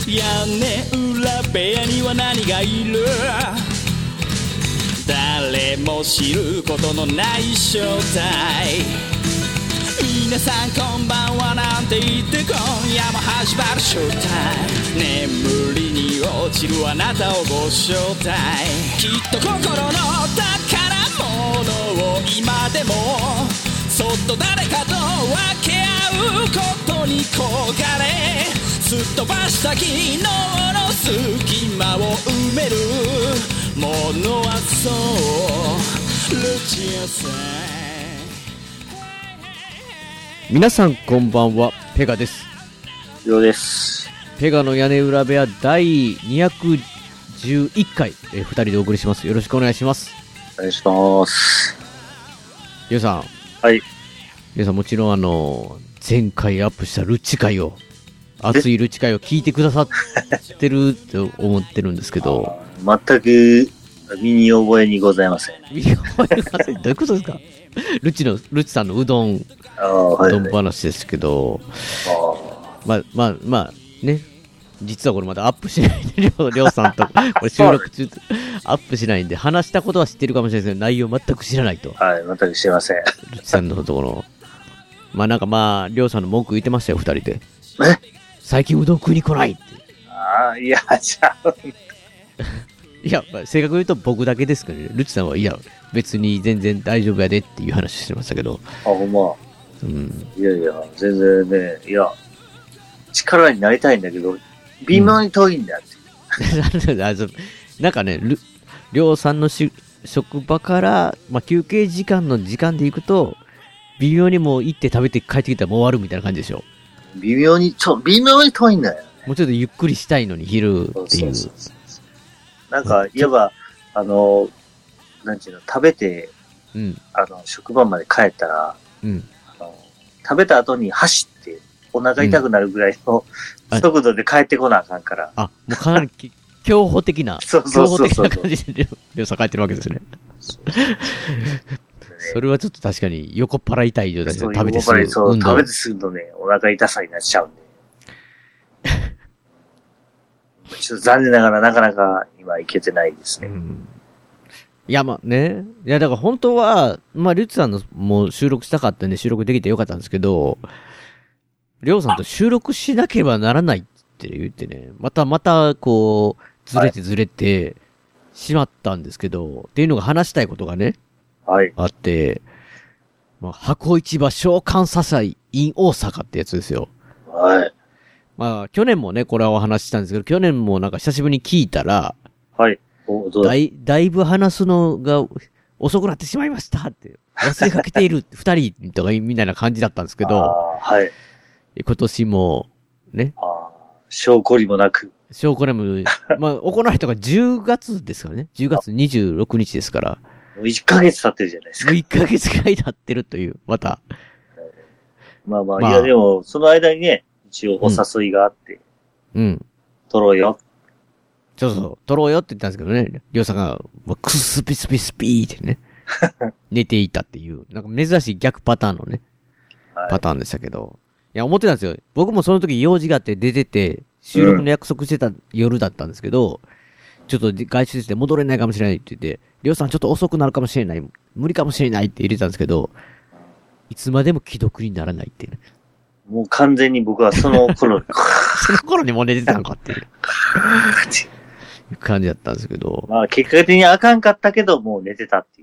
屋根裏部屋には何がいる？誰も知ることのない正体。皆さんこんばんはなんて言って今夜も始まるショータイム。眠りに落ちるあなたをご招待。きっと心の宝物を今でもそっと誰かと分け合うことに焦がれ、すっ飛ばした昨日の隙間を埋めるものはそうルチアさん。 皆さんこんばんは、ペガです。 ようです。 ペガの屋根裏部屋第211回、2人でお送りします。よろしくお願いします。 お願いします。 りょうさん。 はい。 りょうさんもちろん前回アップしたルチ会を、熱いルチ会を聞いてくださってると思ってるんですけど。 全く身に覚えにございません。 身に覚えません。どういうことですか？ルチさんのうどん話ですけど、まあね、実はこれまだアップしないんで、りょうさんとこれ収録中アップしないんで、話したことは知ってるかもしれないですけど、内容全く知らないと。 はい、全く知りません。 ルチさんのところ、りょうさんの文句言ってましたよ、二人で。最近うどん食いに来ないって。 いや、じゃあ。 いや、正確に言うと僕だけですけどね、ルチさんはいや、別に全然大丈夫やでっていう話してましたけど。 ほんま。 うん。 いやいや、全然ね、いや、力になりたいんだけど、微妙に遠いんだって。 なんかね、りょうさんの職場から、休憩時間の時間で行くと、微妙にもう行って食べて帰ってきたらもう終わるみたいな感じでしょ。 微妙に遠いんだよ。 もうちょっとゆっくりしたいのに昼っていう。そうなんか、いわば、なんちゅうの、食べて、 うん、 職場まで帰ったら、 うん、 食べた後に走って、お腹痛くなるぐらいの速度で帰ってこなあかんから。 もうかなり競歩的な、 そう感じで、りょうさん帰ってるわけですね。それはちょっと確かに横っ腹痛い状態で食べてすぐ。 食べてすぐのね、お腹痛さになっちゃうんで。ちょっと残念ながらなかなか今いけてないですね。 いや、ね。いや、だから本当は、リュッツさんのもう収録したかったんで収録できてよかったんですけど、りょうさんと収録しなければならないって言ってね、またこう、ずれてしまったんですけど、っていうのが話したいことがね、 はい。 あって、箱市場召喚佐祭 in 大阪ってやつですよ。 はい。 去年もね、これはお話ししたんですけど、去年もなんか久しぶりに聞いたら、 はい。 だいぶ話すのが遅くなってしまいましたって、忘れかけている二人とかみたいな感じだったんですけど、 はい。 今年も、ね。 証拠りもなく。 証拠りも、行われたのが10月ですからね。10月26日ですから。 もう1ヶ月経ってるじゃないですか。 1ヶ月くらい経ってるという、また。 いやでも、その間にね、一応お誘いがあって。 うん。 撮ろうよ。 そう、撮ろうよって言ったんですけどね。りょうさんが、クスピスピスピーってね。寝ていたっていう、なんか珍しい逆パターンのね、パターンでしたけど。いや、思ってたんですよ。僕もその時用事があって出てて、収録の約束してた夜だったんですけど、ちょっと外出して戻れないかもしれないって言って、りょうさんちょっと遅くなるかもしれない、無理かもしれないって入れたんですけど、いつまでも既読にならないっていうね。 もう完全に僕はその頃その頃にもう寝てたのかっていう感じだったんですけど。 結果的にあかんかったけど、もう寝てたっていう。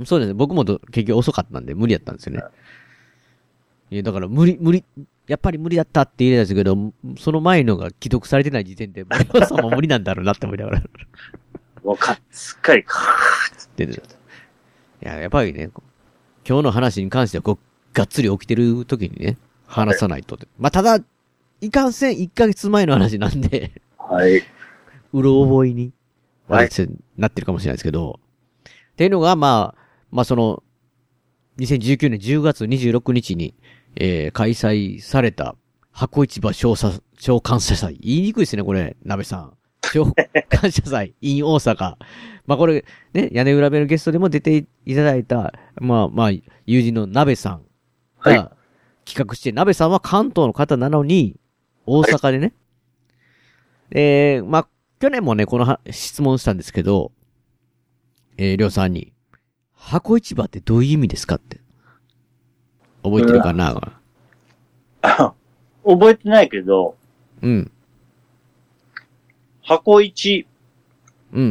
そうですね。僕も結局遅かったんで無理やったんですよね。いや、だからやっぱり無理だったって言えたんですけど、その前のが既読されてない時点で、森本さんも無理なんだろうなって思いながら。 もうすっかりって出てた。いや、やっぱりね、今日の話に関してはがっつり起きてる時にね、話さないと。ただ、いかんせん1ヶ月前の話なんで、 はい。 うろ覚えに、なってるかもしれないですけど、っていうのが、その、2019年10月26日に、開催された、箱市場召喚者祭。言いにくいですね、これ、鍋さん。召喚者祭 in 大阪。これ、ね、屋根裏部のゲストでも出ていただいた、友人の鍋さんが企画して、鍋さんは関東の方なのに、大阪でね、 まあ、去年もね、この質問したんですけど、りょうさんに、箱市場ってどういう意味ですかって。覚えてるかな、 覚えてないけど、 うん。 箱一、 うん。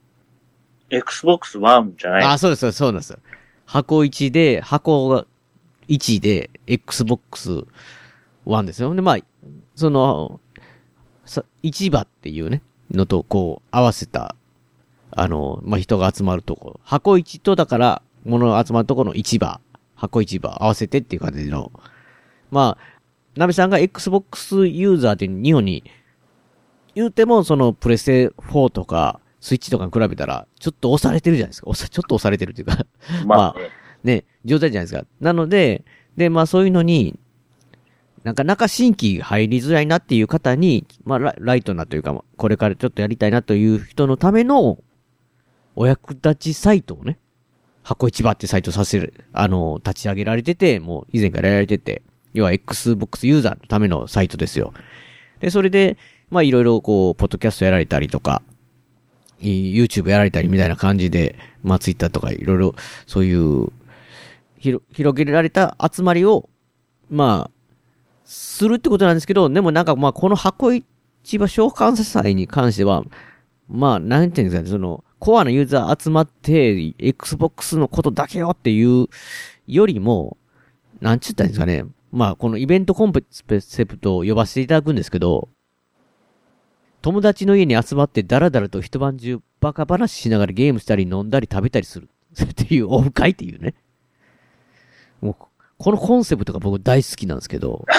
Xbox One じゃない？ あ、そうです、そうなんですよ。箱1で、箱が1で、Xbox One ですよ。で、まあ、その、市場っていうね、のとこう、合わせた、まあ、人が集まるとこ。箱1と、だから、物が集まるところの市場、箱市場合わせてっていう感じの、まあ、ナベさんが Xbox ユーザーって日本に、言うても、その、プレステ4とか、スイッチとかに比べたら、ちょっと押されてるじゃないですか。ちょっと押されてるっていうかまあ、ね、状態じゃないですか。なので、まあそういうのに、なかなか新規入りづらいなっていう方に、まあライトなというか、これからちょっとやりたいなという人のための、お役立ちサイトをね、箱市場ってサイト立ち上げられてて、もう以前からやられてて、要は Xbox ユーザーのためのサイトですよ。で、それで、まあいろいろこう、ポッドキャストやられたりとか、YouTube やられたりみたいな感じで、まあ Twitter とかいろいろ、そういう、広げられた集まりを、まあ、するってことなんですけど、でもなんかまあこの箱市場召喚祭に関しては、まあ、なんていうんですかね、その、コアなユーザー集まって、Xbox のことだけよっていうよりも、なんちゅったんですかね、まあこのイベントコンセプトを呼ばせていただくんですけど、友達の家に集まってダラダラと一晩中バカ話しながらゲームしたり飲んだり食べたりするっていうオフ会っていうね。もう、このコンセプトが僕大好きなんですけど、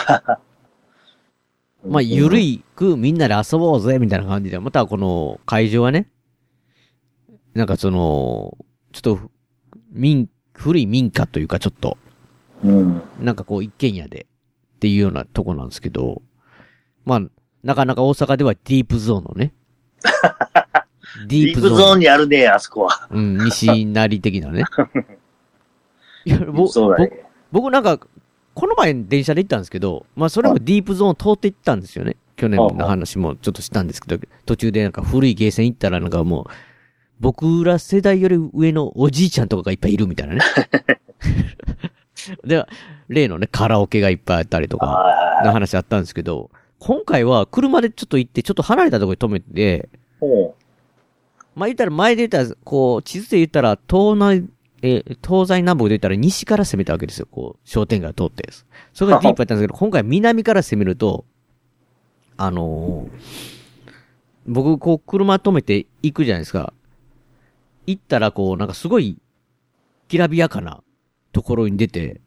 まあ、ゆるいくみんなで遊ぼうぜみたいな感じで、またこの会場はね、なんかその、ちょっと、古い民家というかちょっと、なんかこう一軒家でっていうようなとこなんですけど、まあ、なかなか大阪ではディープゾーンのね。 ディープゾーンにあるね、あそこは。 うん、西成的なね。いやそうだね。 僕なんか、この前電車で行ったんですけど、まあそれもディープゾーン通って行ったんですよね。去年の話もちょっとしたんですけど、途中でなんか古いゲーセン行ったらなんかもう、僕ら世代より上のおじいちゃんとかがいっぱいいるみたいなね。で、例のね、カラオケがいっぱいあったりとか、の話あったんですけど、今回は車でちょっと行って、ちょっと離れたところに止めて、まあ言ったら前で言ったら、こう、地図で言ったら、東西南北で言ったら西から攻めたわけですよ。こう、商店街を通って。それがディープだったんですけど、今回南から攻めると、僕、こう、車止めて行くじゃないですか。行ったら、こう、なんかすごい、きらびやかなところに出て、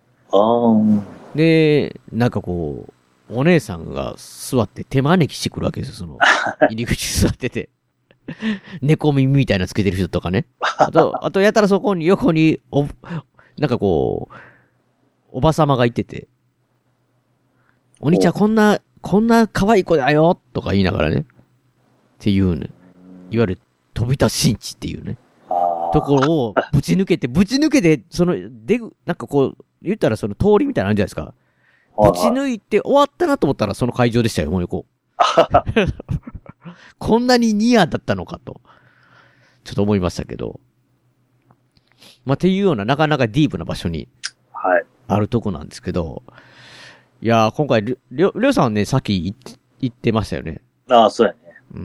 で、なんかこう、お姉さんが座って手招きしてくるわけですよ、その、入り口座ってて。猫耳みたいなつけてる人とかね。あと、やったらそこに、横に、なんかこう、おばさまがいてて、お兄ちゃんこんな可愛い子だよとか言いながらね。っていうね。いわゆる、飛び出しんちっていうね。ところを、ぶち抜けて、その、なんかこう、言ったらその通りみたいなのあるじゃないですか。ぶち抜いて終わったなと思ったらその会場でしたよ、もう横。こんなにニアだったのかと、ちょっと思いましたけど。まあ、っていうような、なかなかディープな場所に、あるとこなんですけど、いやー、今回、りょうさんはね、さっき言ってましたよね。 ああ、そうやね。 うん。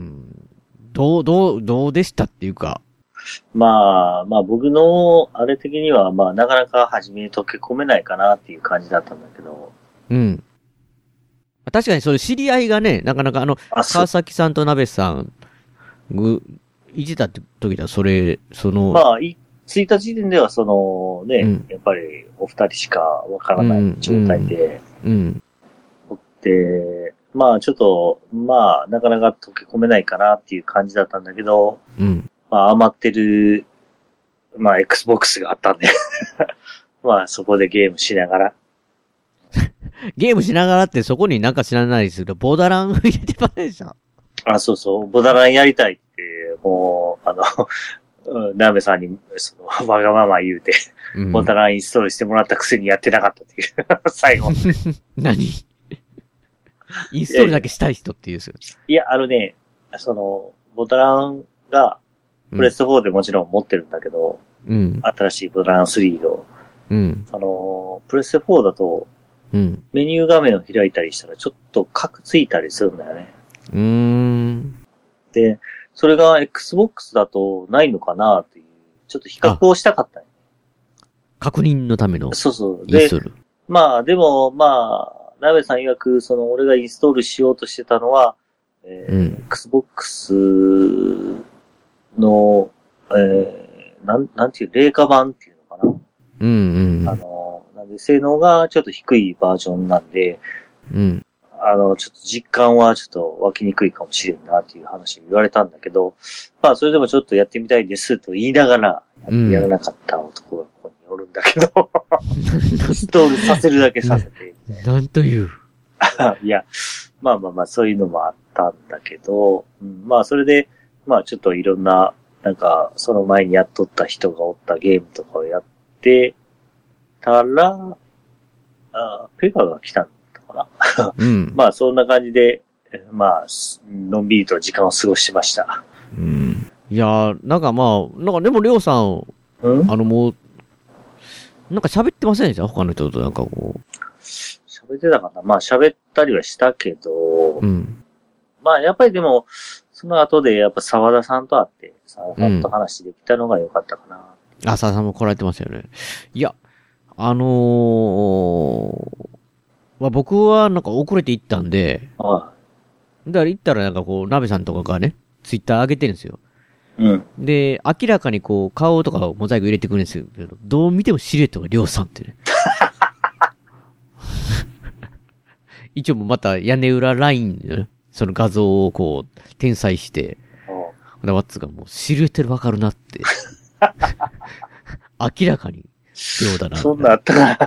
どうでしたっていうか。 まあ、僕の、あれ的には、まあ、なかなか初めに溶け込めないかなっていう感じだったんだけど。 うん。確かに、それ知り合いがね、なかなか川崎さんと鍋さん、いてたって時だ、まあ、着いた時点では、その、ね、やっぱり、お二人しかわからない状態で、で、まあ、ちょっと、まあ、なかなか溶け込めないかなっていう感じだったんだけど、まあ、余ってる、まあ、Xbox があったんで、まあ、そこでゲームしながら、 ゲームしながらってそこになんか知らないですけど、ボーダーラン入れてませんでした？ あ、そうそう、ボーダーランやりたいって、もう、ナベさんに、わがまま言うて、ボーダーランインストールしてもらったくせにやってなかったっていう、最後。 何インストールだけしたい人っていうですよ。 いや、ボタランが、プレステ4でもちろん持ってるんだけど、 うん。 新しいボタラン3を。 うん。 プレステ4だと、 うん。 メニュー画面を開いたりしたらちょっとカクついたりするんだよね。で、それが Xbox だとないのかなっていう、ちょっと比較をしたかったね。 確認のための。 そうそう。で、でも、ナベさん曰く、俺がインストールしようとしてたのは、Xbox の、なんていう、冷化版っていうのかな。なんで、性能がちょっと低いバージョンなんで、ちょっと実感はちょっと湧きにくいかもしれんなっていう話を言われたんだけど、それでもちょっとやってみたいですと言いながら、やらなかった男がここにおるんだけど、インストールさせるだけさせて。 なんという。 いや、そういうのもあったんだけど、それで、ちょっといろんな、その前にやっとった人がおったゲームとかをやってたら、ペガが来たんだかな。そんな感じで、のんびりと時間を過ごしました。 いやー、でもりょうさん、もう、喋ってませんでした他の人とこう。 喋ってたかな喋ったりはしたけど、やっぱりでも、その後でやっぱ沢田さんと会って、沢田さんと話できたのが良かったかな。 沢田さんも来られてますよね。いや、僕は遅れて行ったんで、だから行ったら鍋さんとかがね、ツイッター上げてるんですよ。で、明らかに顔とかモザイク入れてくるんですけど、どう見てもシルエットがりょうさんってね。一応もまた屋根裏ラインでね、その画像を転載して、ワッツがもうシルエットでわかるなって。明らかに、りょうだな。 そんなあったな。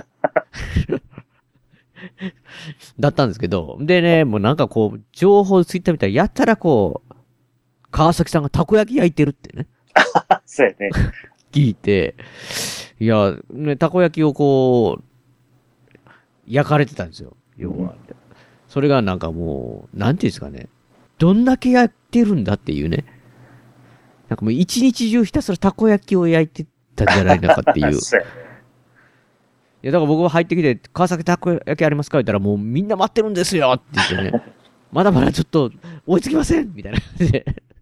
だったんですけど、でね、もう情報ツイッターみたいなやったら川崎さんがたこ焼き焼いてるってね。 そうやね。 聞いて、いや、ね、たこ焼きを焼かれてたんですよ。要は。それがもう、なんていうんですかね。どんだけやってるんだっていうね。もう一日中ひたすらたこ焼きを焼いてたんじゃないのかっていう。 そうやね。 いや、だから僕が入ってきて、川崎たこ焼きありますか言ったらもうみんな待ってるんですよって言ってね。まだまだちょっと追いつきませんみたいな感じで。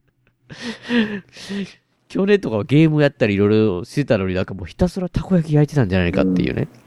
去年とかはゲームやったりいろいろしてたのにもうひたすらたこ焼き焼いてたんじゃないかっていうね。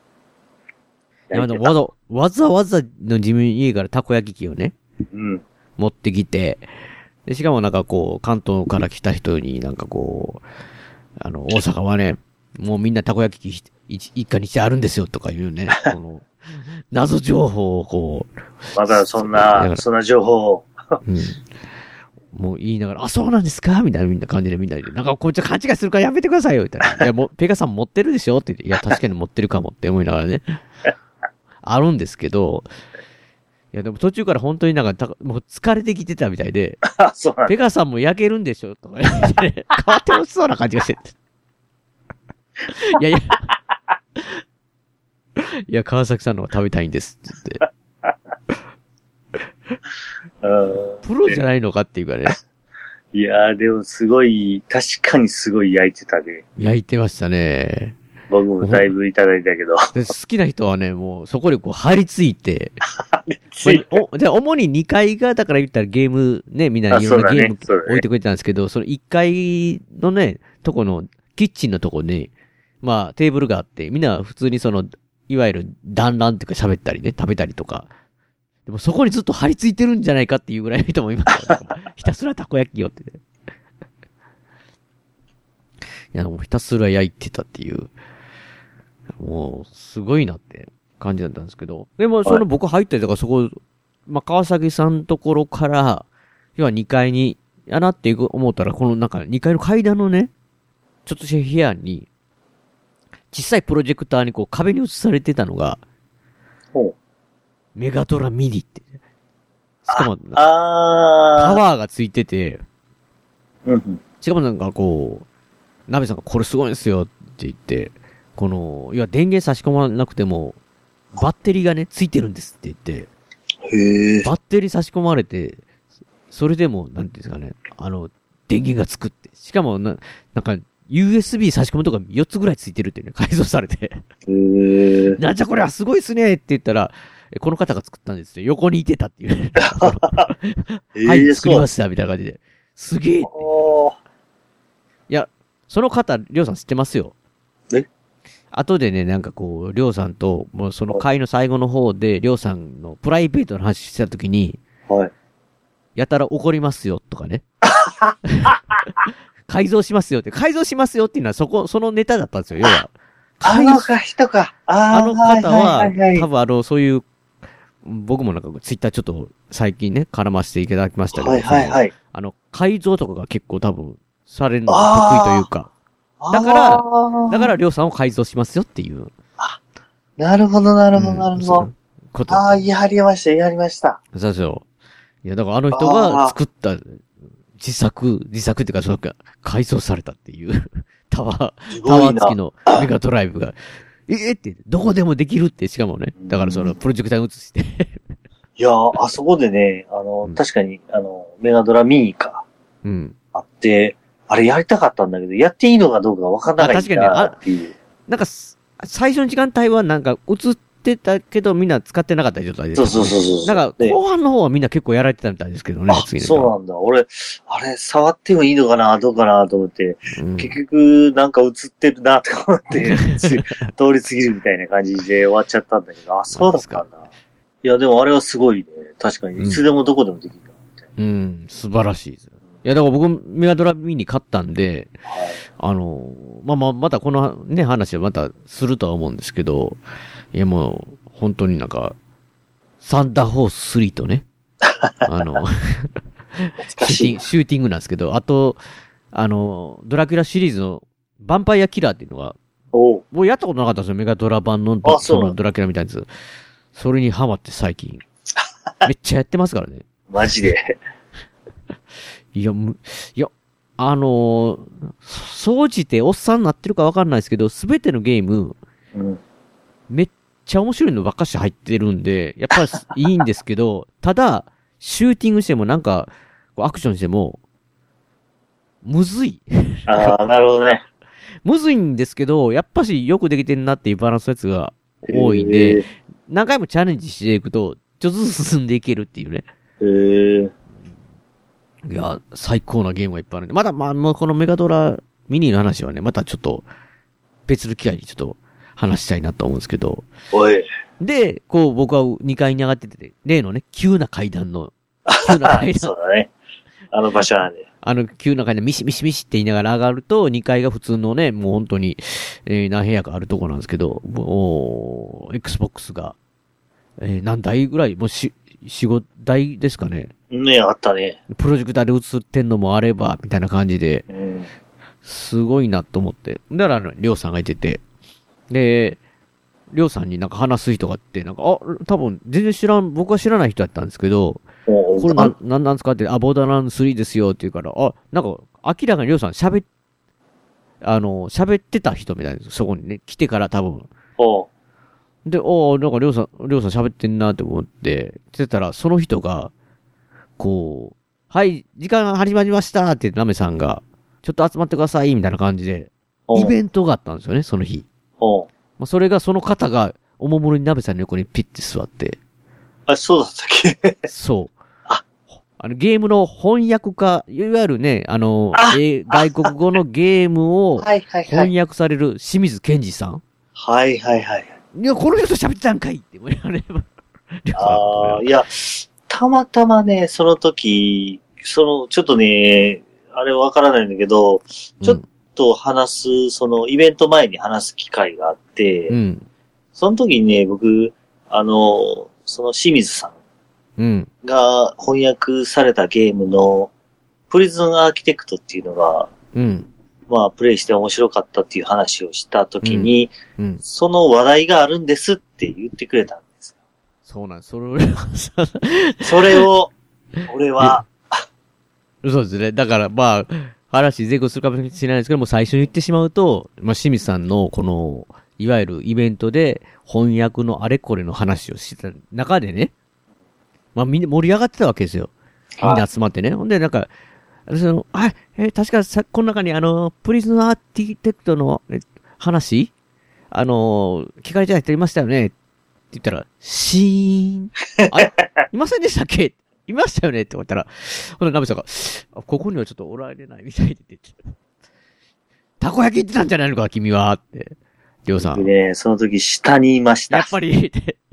わざわざの自分家からたこ焼き器をね、持ってきて、で、しかも関東から来た人に大阪はね、もうみんなたこ焼き器一家にしてあるんですよとかいうね、謎情報をまだそんな情報を。 もう言いながら、そうなんですかみたいな感じでみんなで、こいつ勘違いするからやめてくださいよみたいな。いや、ペガさん持ってるでしょって言って、いや、確かに持ってるかもって思いながらね。あるんですけど、いや、でも途中から本当にもう疲れてきてたみたいで、ペガさんも焼けるんでしょとか言って、ね、変わってほしそうな感じがして。いや、川崎さんの方が食べたいんですって言って。プロじゃないのかっていうかね。 いやー、でも確かにすごい焼いてたね。 焼いてましたね。 僕もだいぶいただいたけど。 好きな人はね、もうそこで張り付いて。で、主に2階が、だから言ったらゲーム、ね、みんないろんなゲーム置いてくれてたんですけど、その1階のね、とこの、キッチンのとこに、テーブルがあって、みんな普通にいわゆる団らんっていうか喋ったりね、食べたりとか。でもそこにずっと張り付いてるんじゃないかっていうぐらいの人もいますから、ひたすらたこ焼きよって、ね。いや、もうひたすら焼いてたっていう。もう、すごいなって感じだったんですけど。でも、僕入ったりとか、そこ、川崎さんのところから、要は2階に、やなって思ったら、この2階の階段のね、ちょっとした部屋に、小さいプロジェクターに壁に映されてたのが、メガドラミニって。しかも、パワーがついてて、しかもナベさんがこれすごいんですよって言って、要は電源差し込まなくても、バッテリーがね、ついてるんですって言って、 へえ。 バッテリー差し込まれて、それでも、なんていうんですかね、電源がつくって。しかもなんか、USB 差し込むとか4つぐらいついてるっていうね、改造されて。 へえ。 なんじゃこれはすごいっすねって言ったら、この方が作ったんですよ。横にいてたっていう。はい、作りました、みたいな感じで。すげえって。いや、その方、りょうさん知ってますよ。後でね、なんかこう、りょうさんと、もうその回の最後の方で、りょうさんのプライベートの話してたときに、 はい。 やたら怒りますよ、とかね。改造しますよって、改造しますよっていうのはそのネタだったんですよ、要は。 人か。 あの方は、多分そういう、僕もなんかツイッターちょっと最近ね、絡ませていただきましたけど、改造とかが結構多分、されるのが得意というか、だから、りょうさんを改造しますよっていう。 なるほど。やりました。 そうそう。いや、だからあの人が作った自作っていうか、その改造されたっていう、タワー付きのメガドライブが、って、どこでもできるって、しかもね、だからそのプロジェクター映して。 いやあそこでね、確かに、メガドラミニか。 うん。 あって、あれやりたかったんだけど、やっていいのかどうかわかんなかったっていう。確かになんか、最初の時間帯はなんか映ってたけど、みんな使ってなかった状態で。 そう。 なんか、後半の方はみんな結構やられてたみたいですけどね、 次そうなんだ。俺、あれ、触ってもいいのかな、どうかなと思って、結局、なんか映ってるな、と思って、通り過ぎるみたいな感じで終わっちゃったんだけど、そうだったんだ。いや、でもあれはすごいね。確かに、いつでもどこでもできるな、みたいな。 素晴らしいです。いや、だから僕、メガドラミニ買ったんで、またこのね、話はまたするとは思うんですけど、いやもう、本当になんか、サンダーホース3とね、シューティングなんですけど、あと、ドラキュラシリーズのヴァンパイアキラーっていうのが、もうやったことなかったんですよ、メガドラ版のそのドラキュラみたいなやつ。それにハマって最近。めっちゃやってますからね。 マジで。 総じておっさんになってるかわかんないですけど、すべてのゲーム、めっちゃ面白いのばっかし入ってるんで、やっぱりいいんですけど、ただ、シューティングしてもなんか、アクションしても、むずい。 なるほどね。 むずいんですけど、やっぱしよくできてるなっていうバランスのやつが多いんで、何回もチャレンジしていくと、ちょっとずつ進んでいけるっていうね。いや、最高なゲームがいっぱいあるんで。まだ、もうこのメガドラミニの話はね、またちょっと、別の機会にちょっと話したいなと思うんですけど。で、こう僕は2階に上がってて、例のね、急な階段。そうだね。あの場所なんで。 急な階段、ミシって言いながら上がると、2階が普通のね、もう本当に、何部屋かあるところなんですけど、Xbox が、何台ぐらい、もう4、5台ですかね。 ね、あったね。 プロジェクターで映ってんのもあれば、みたいな感じで、すごいなと思って。だから、りょうさんがいてて、で、りょうさんになんか話す人があって、なんか、多分、全然僕は知らない人だったんですけど、これなんですかって、ボーダーランド3ですよって言うから、なんか、明らかにりょうさん喋ってた人みたいです。そこにね、来てから多分。で、なんかりょうさん喋ってんなって思って、してたら、その人が、こう、はい、時間始まりましたってナメさんが、ちょっと集まってくださいみたいな感じで、イベントがあったんですよね、その日。それがその方が、おもむろにナベさんの横にピッて座って。 そうだったっけそう。ゲームの翻訳家、いわゆるね、外国語のゲームを翻訳される清水健二さん。 いや、この人と喋ってたんかいって思いながら。 いや、たまたまね、その時、ちょっとね、あれわからないんだけど、ちょっと話す、そのイベント前に話す機会があって、その時にね、僕、その清水さんが翻訳されたゲームのプリズンアーキテクトっていうのが、プレイして面白かったっていう話をした時に、その話題があるんですって言ってくれたんですよ。 そうなんです。 それを、俺は、 そうですね。だから話前後するかもしれないですけども、最初に言ってしまうと、清水さんのこの、いわゆるイベントで翻訳のあれこれの話をしてた中でね、 まあみんな盛り上がってたわけですよ。みんな集まってね。ほんで、なんか、確かこの中にプリズンアーキテクトの話聞かれてない人いましたよねって言ったら、シーン。あれいませんでしたっけいましたよねって言ったら、ほんで、ナベさんが、ここにはちょっとおられないみたいでって言って。たこ焼き行ってたんじゃないのか、君はって。りょうさん。 ね、その時下にいました。 やっぱり、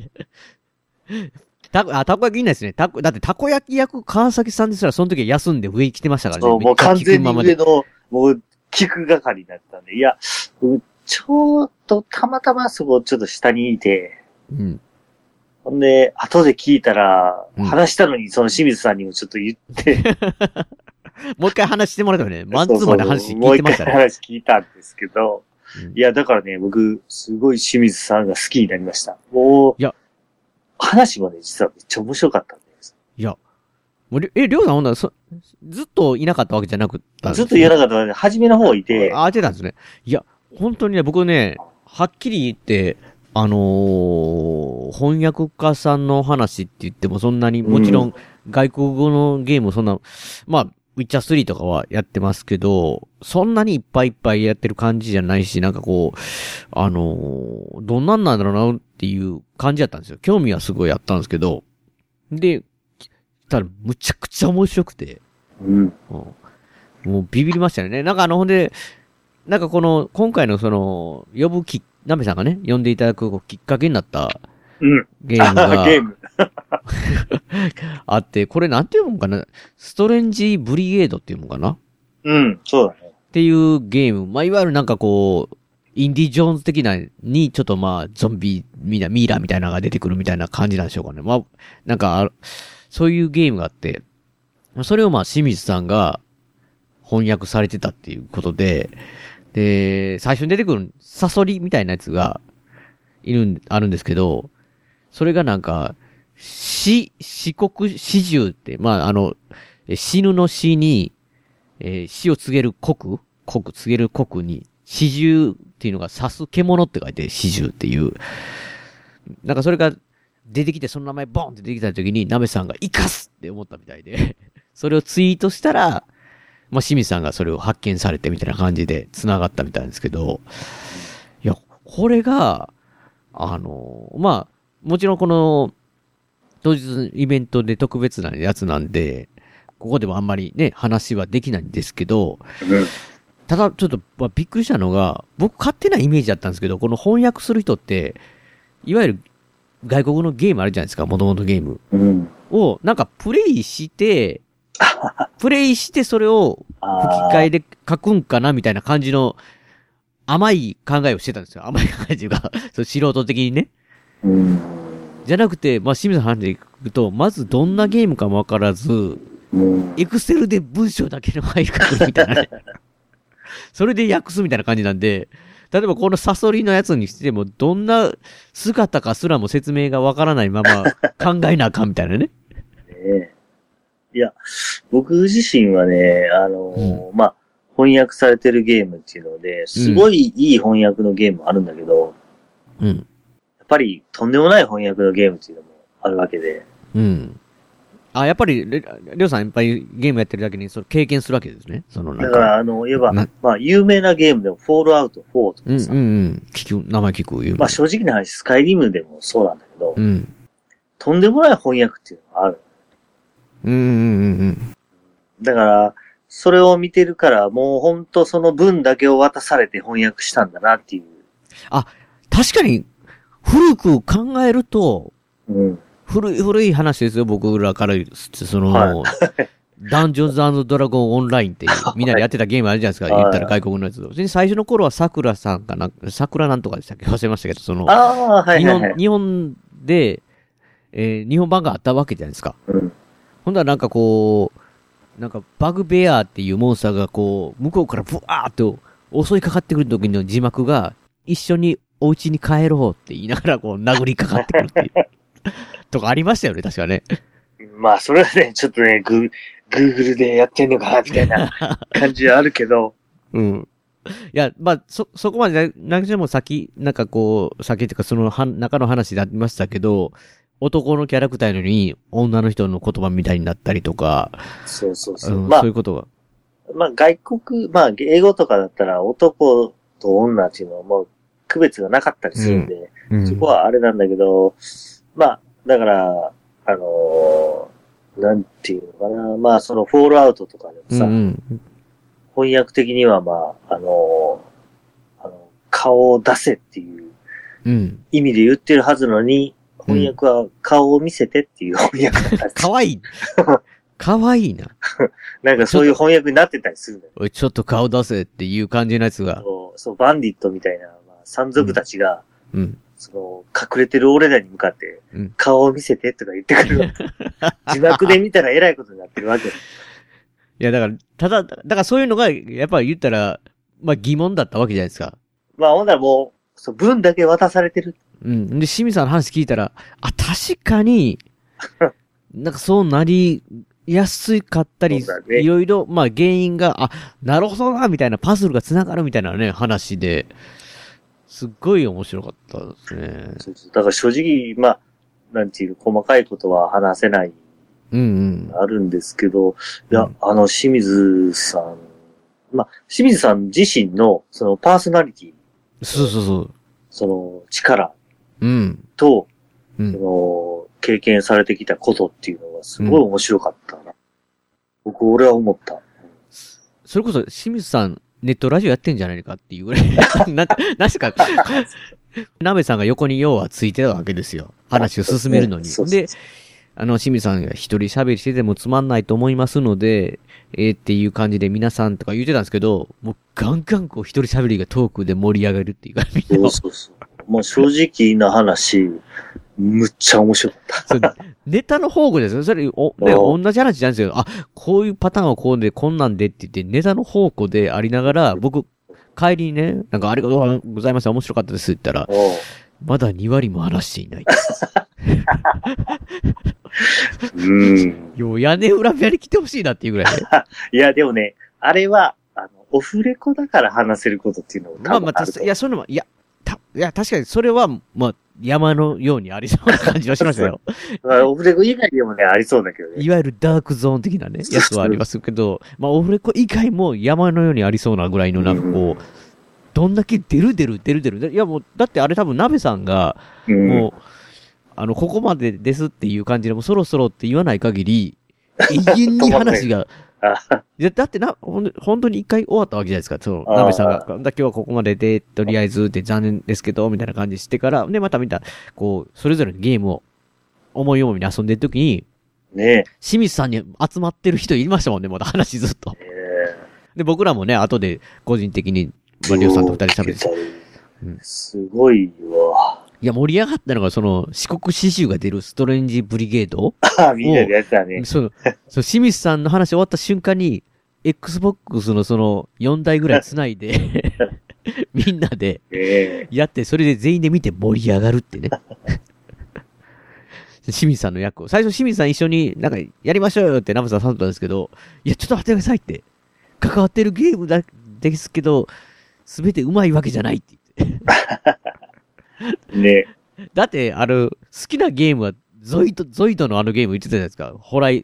たこ焼きいないですね。だってたこ焼き焼く川崎さんですらその時は休んで上に来てましたからね。 そう、もう完全に上の、もう、聞く係になったんで。いや、ちょっとたまたまそこちょっと下にいて、 うん。 ほんで、後で聞いたら、話したのにその清水さんにもちょっと言って、 もう一回話してもらったよね。マンツーマンで話聞いてましたね。 もう一回話聞いたんですけど、いや、だからね、僕、すごい清水さんが好きになりました。もう、いや、話もね、実はめっちゃ面白かったんです。 いや、もうりょうさんほんならずっといなかったわけじゃなくったんです、ね。 ずっといなかったので、初めの方いて。 いてたんですね。いや、本当にね、僕ね、はっきり言って、翻訳家さんの話って言ってもそんなに、もちろん外国語のゲームそんな、まあ、ウィッチャー3とかはやってますけど、そんなにいっぱいいっぱいやってる感じじゃないし、なんかこう、どんなんなんだろうなっていう感じだったんですよ。興味はすごいあったんですけど、で、ただむちゃくちゃ面白くて、もうビビりましたよね。なんかほんで、なんか今回のナベさんがね、呼んでいただくきっかけになった、ゲームが、ゲームあって、これなんていうのかな、ストレンジブリゲードっていうのかな、 そうだね。 っていうゲーム。まあ、いわゆるなんかこう、インディ・ジョーンズ的なに、ちょっとまあ、ゾンビ、ミイラみたいなのが出てくるみたいな感じなんでしょうかね。まあ、なんか、そういうゲームがあって、それをまあ、清水さんが翻訳されてたっていうことで、で、最初に出てくるサソリみたいなやつがあるんですけど、それがなんか、四国四十って、まあ死ぬの死に、死を告げる告げる国に、四十っていうのが刺す獣って書いて四十っていう。なんかそれが出てきて、その名前ボンって出てきた時に、ナベさんが生かすって思ったみたいで、それをツイートしたら、まあ、清水さんがそれを発見されてみたいな感じで繋がったみたいなんですけど、いや、これが、まあ、もちろんこの、当日イベントで特別なやつなんで、ここでもあんまりね、話はできないんですけど、ただちょっと、まあ、びっくりしたのが、僕勝手なイメージだったんですけど、この翻訳する人って、いわゆる外国のゲームあるじゃないですか、元々ゲーム。を、なんかプレイして、それを吹き替えで書くんかなみたいな感じの甘い考えをしてたんですよ。甘い考えというか、素人的にね。じゃなくて、まあ、清水さんの話でいくと、まずどんなゲームかもわからず、エクセルで文章だけのファイル書くみたいなね。それで訳すみたいな感じなんで、例えばこのサソリのやつにしても、どんな姿かすらも説明がわからないまま考えなあかんみたいなね。 いや、僕自身はね、まあ、翻訳されてるゲームっていうので、すごいいい翻訳のゲームあるんだけど、やっぱりとんでもない翻訳のゲームっていうのもあるわけで。 やっぱり、りょうさんいっぱいゲームやってるだけに、それ経験するわけですね。 だから、言えば、まあ、有名なゲームでも、フォールアウト4とかさ。 名前聞く、有名。 まあ、正直な話、スカイリムでもそうなんだけど、とんでもない翻訳っていうのがある。だから、それを見てるから、もうほんとその文だけを渡されて翻訳したんだなっていう。 確かに、古く考えると、古い話ですよ、僕らから言うと、ダンジョンズ&ドラゴンオンラインっていう、みんなでやってたゲームあるじゃないですか、言ったら外国のやつ。最初の頃は桜さんかな、桜なんとかでしたっけ忘れましたけど、日本で、日本版があったわけじゃないですか。ほんだらなんかこう、なんかバグベアっていうモンスターがこう、向こうからブワーっと襲いかかってくる時の字幕が、一緒にお家に帰ろうって言いながらこう殴りかかってくるっていう。とかありましたよね、確かね。 まあ、それはね、ちょっとね、Google でやってんのかな、みたいな感じはあるけど。 いや、まあ、そこまでなくても先っていうかその中の話でありましたけど、 男のキャラクターのように女の人の言葉みたいになったりとか。 そうそうそう。 まあ、そういうことが。 まあ外国、まあ英語とかだったら男と女っていうのはもう区別がなかったりするんで、そこはあれなんだけど、まあ、だから、なんていうのかな。まあそのフォールアウトとかでもさ、翻訳的にはまあ、顔を出せっていう意味で言ってるはずのに、翻訳は顔を見せてっていう翻訳だったり。 かわいい。かわいいな。 なんかそういう翻訳になってたりするんだよ。 おい、ちょっと顔出せっていう感じのやつが。 そう、バンディットみたいな、まあ、山賊たちが、隠れてる俺らに向かって、顔を見せてとか言ってくる。字幕で見たら偉いことになってるわけ。 いや、だから、そういうのが、やっぱり言ったら、まあ疑問だったわけじゃないですか。 まあ、ほんならもう、文だけ渡されてる。 で、清水さんの話聞いたら、確かに、なんかそうなりやすかったり、ね、いろいろ、まあ原因が、なるほどな、みたいなパズルが繋がるみたいなね、話で、すっごい面白かったですね。 そうそう。だから正直、まあ、なんていう細かいことは話せない。あるんですけど、いや、清水さん、まあ、清水さん自身の、そのパーソナリティ。 そう。 その力。と、その、経験されてきたことっていうのがすごい面白かったな。俺は思った。 それこそ、清水さん、ネットラジオやってんじゃないかっていうぐらい。なぜか、なべさんが横に要はついてたわけですよ。話を進めるのに。で、清水さんが一人喋りしててもつまんないと思いますので、っていう感じで皆さんとか言ってたんですけど、もうガンガンこう一人喋りがトークで盛り上がるっていうか、 そう。もう正直な話、むっちゃ面白かった。 ネタの宝庫ですよ。それ、同じ話じゃないんですけど、こういうパターンはこうで、こんなんでって言って、ネタの宝庫でありながら、僕、帰りにね、なんかありがとうございます、面白かったですって言ったら、まだ2割も話していない。屋根裏部屋に来てほしいなっていうぐらい、ね。 いや、でもね、あれは、オフレコだから話せることっていうのも多分あると。 いや、そういうのも、いや、確かにそれは、まあ、山のようにありそうな感じはしましたよ。 オフレコ以外でもね、ありそうだけどね。 いわゆるダークゾーン的なね、やつはありますけど、まあ、オフレコ以外も山のようにありそうなぐらいの、なんかこう、どんだけ出る。いや、もう、だってあれ多分、鍋さんが、もう、ここまでですっていう感じで、もうそろそろって言わない限り、永遠に話が、だって本当に一回終わったわけじゃないですか。鍋さんが、今日はここまでで、とりあえずって残念ですけど、みたいな感じしてから、で、またこう、それぞれのゲームを思い思いに遊んでるときに、清水さんに集まってる人いましたもんね、まだ話ずっと。で、僕らもね、後で個人的に、りょうさんと二人喋って。 すごいわ。 いや、盛り上がったのが、四国刺繍が出るストレンジブリゲードみんなでやってたね。 清水さんの話終わった瞬間に、Xbox の4台ぐらい繋いで、みんなで、やって、それで全員で見て盛り上がるってね。清水さんの役を。最初清水さん一緒になんかやりましょうよってナムさん誘ったんですけど、いや、ちょっと待ってくださいって。関わってるゲームですけど、すべて上手いわけじゃないって言って。 ね。 だって、好きなゲームは、ゾイドのゲーム言ってたじゃないですか。ホライ、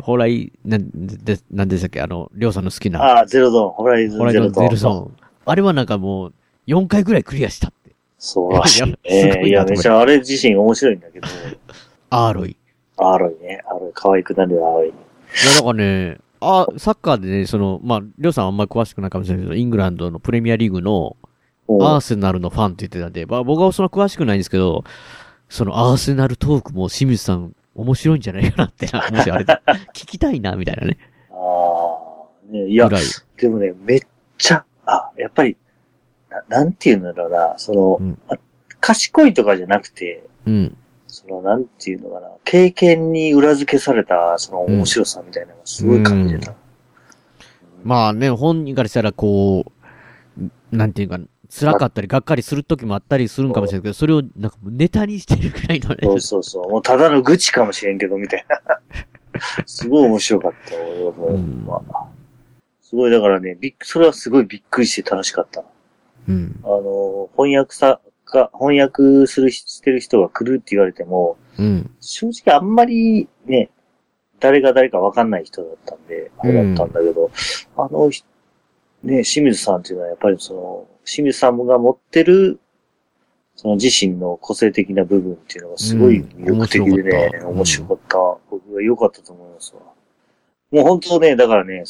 なんでしたっけりょうさんの好きな。 ゼロゾーン、ホライズンゼロゾーン。 あれはなんかもう、4回ぐらいクリアしたって。 そうらしい。いや、めちゃあれ自身面白いんだけど。 アーロイね。 アーロイ、可愛くなるアーロイ。いや、だからね、サッカーでね、まあ、りょうさんあんまり詳しくないかもしれないけど、イングランドのプレミアリーグの、アーセナルのファンって言ってたんで、まあ僕は詳しくないんですけど、アーセナルトークも清水さん面白いんじゃないかなって、もしあれで、聞きたいな、みたいなね。 ね、いや、でもね、めっちゃ、やっぱり、なんていうんだろうな、賢いとかじゃなくて、なんていうのかな、経験に裏付けされた、面白さみたいなのがすごい感じてた。 まあね、本人からしたらこう、なんていうか、辛かったり、がっかりする時もあったりするんかもしれないけど、それをなんかネタにしてるくらいのね。 そう。もうただの愚痴かもしれんけど、みたいな。すごい面白かった。俺はもう、すごいだからね、それはすごいびっくりして楽しかった。翻訳翻訳してる人が来るって言われても、 うん。 正直あんまりね、誰が誰かわかんない人だったんで、あれだったんだけど、ね、清水さんっていうのはやっぱり清水さんが持ってる、自身の個性的な部分っていうのがすごい魅力的でね、面白かった。僕は良かったと思いますわ。もう本当ね、だからね、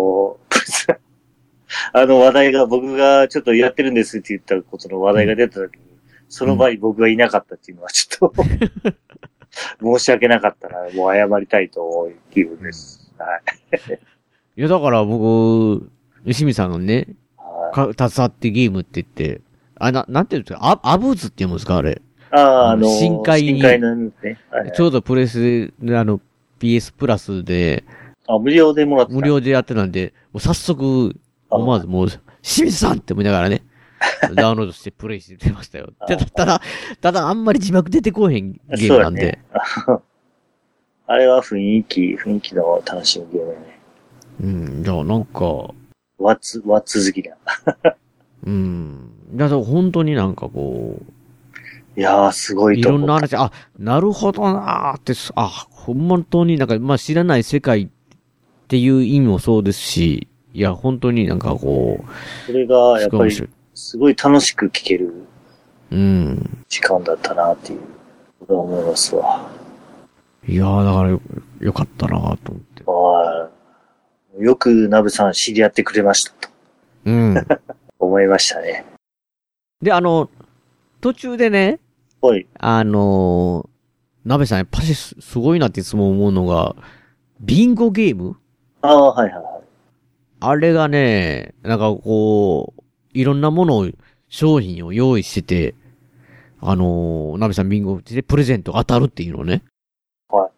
話題が僕がちょっとやってるんですって言ったことの話題が出た時に、その場に僕がいなかったっていうのはちょっと申し訳なかったな。もう謝りたいと思う気分です。はい。 いや、だから僕、清水さんがね、携わってゲームって言って、なんていうんですか、アブーズって言うんですか、あれ。深海のね、ちょうどプレスで、PS プラスで、 無料でもらって無料でやってたんで、もう早速、思わずもう、清水さんって思いながらね、ダウンロードしてプレイしてましたよ。ただあんまり字幕出てこへんゲームなんで。ね、 あれは雰囲気の楽しむゲームやね。 うん、じゃあなんか、 ワッツ好きだ。 うん。だから本当になんかこう。 いやー、すごいと思う。いろんな話、なるほどなーって、本当になんか、知らない世界っていう意味もそうですし、いや、本当になんかこう。 それが、やっぱり、すごい楽しく聞ける。時間だったなっていう、ことは思いますわ。 いやー、だからよかったなと思って。 よく、ナブさん知り合ってくれましたと。 うん。 思いましたね。 で、途中でね、 はい。 ナベさんやっぱりすごいなっていつも思うのが、ビンゴゲーム？ はいはいはい。 あれがね、なんかこう、いろんなものを、商品を用意してて、ナベさんビンゴでプレゼント当たるっていうのね。 はい。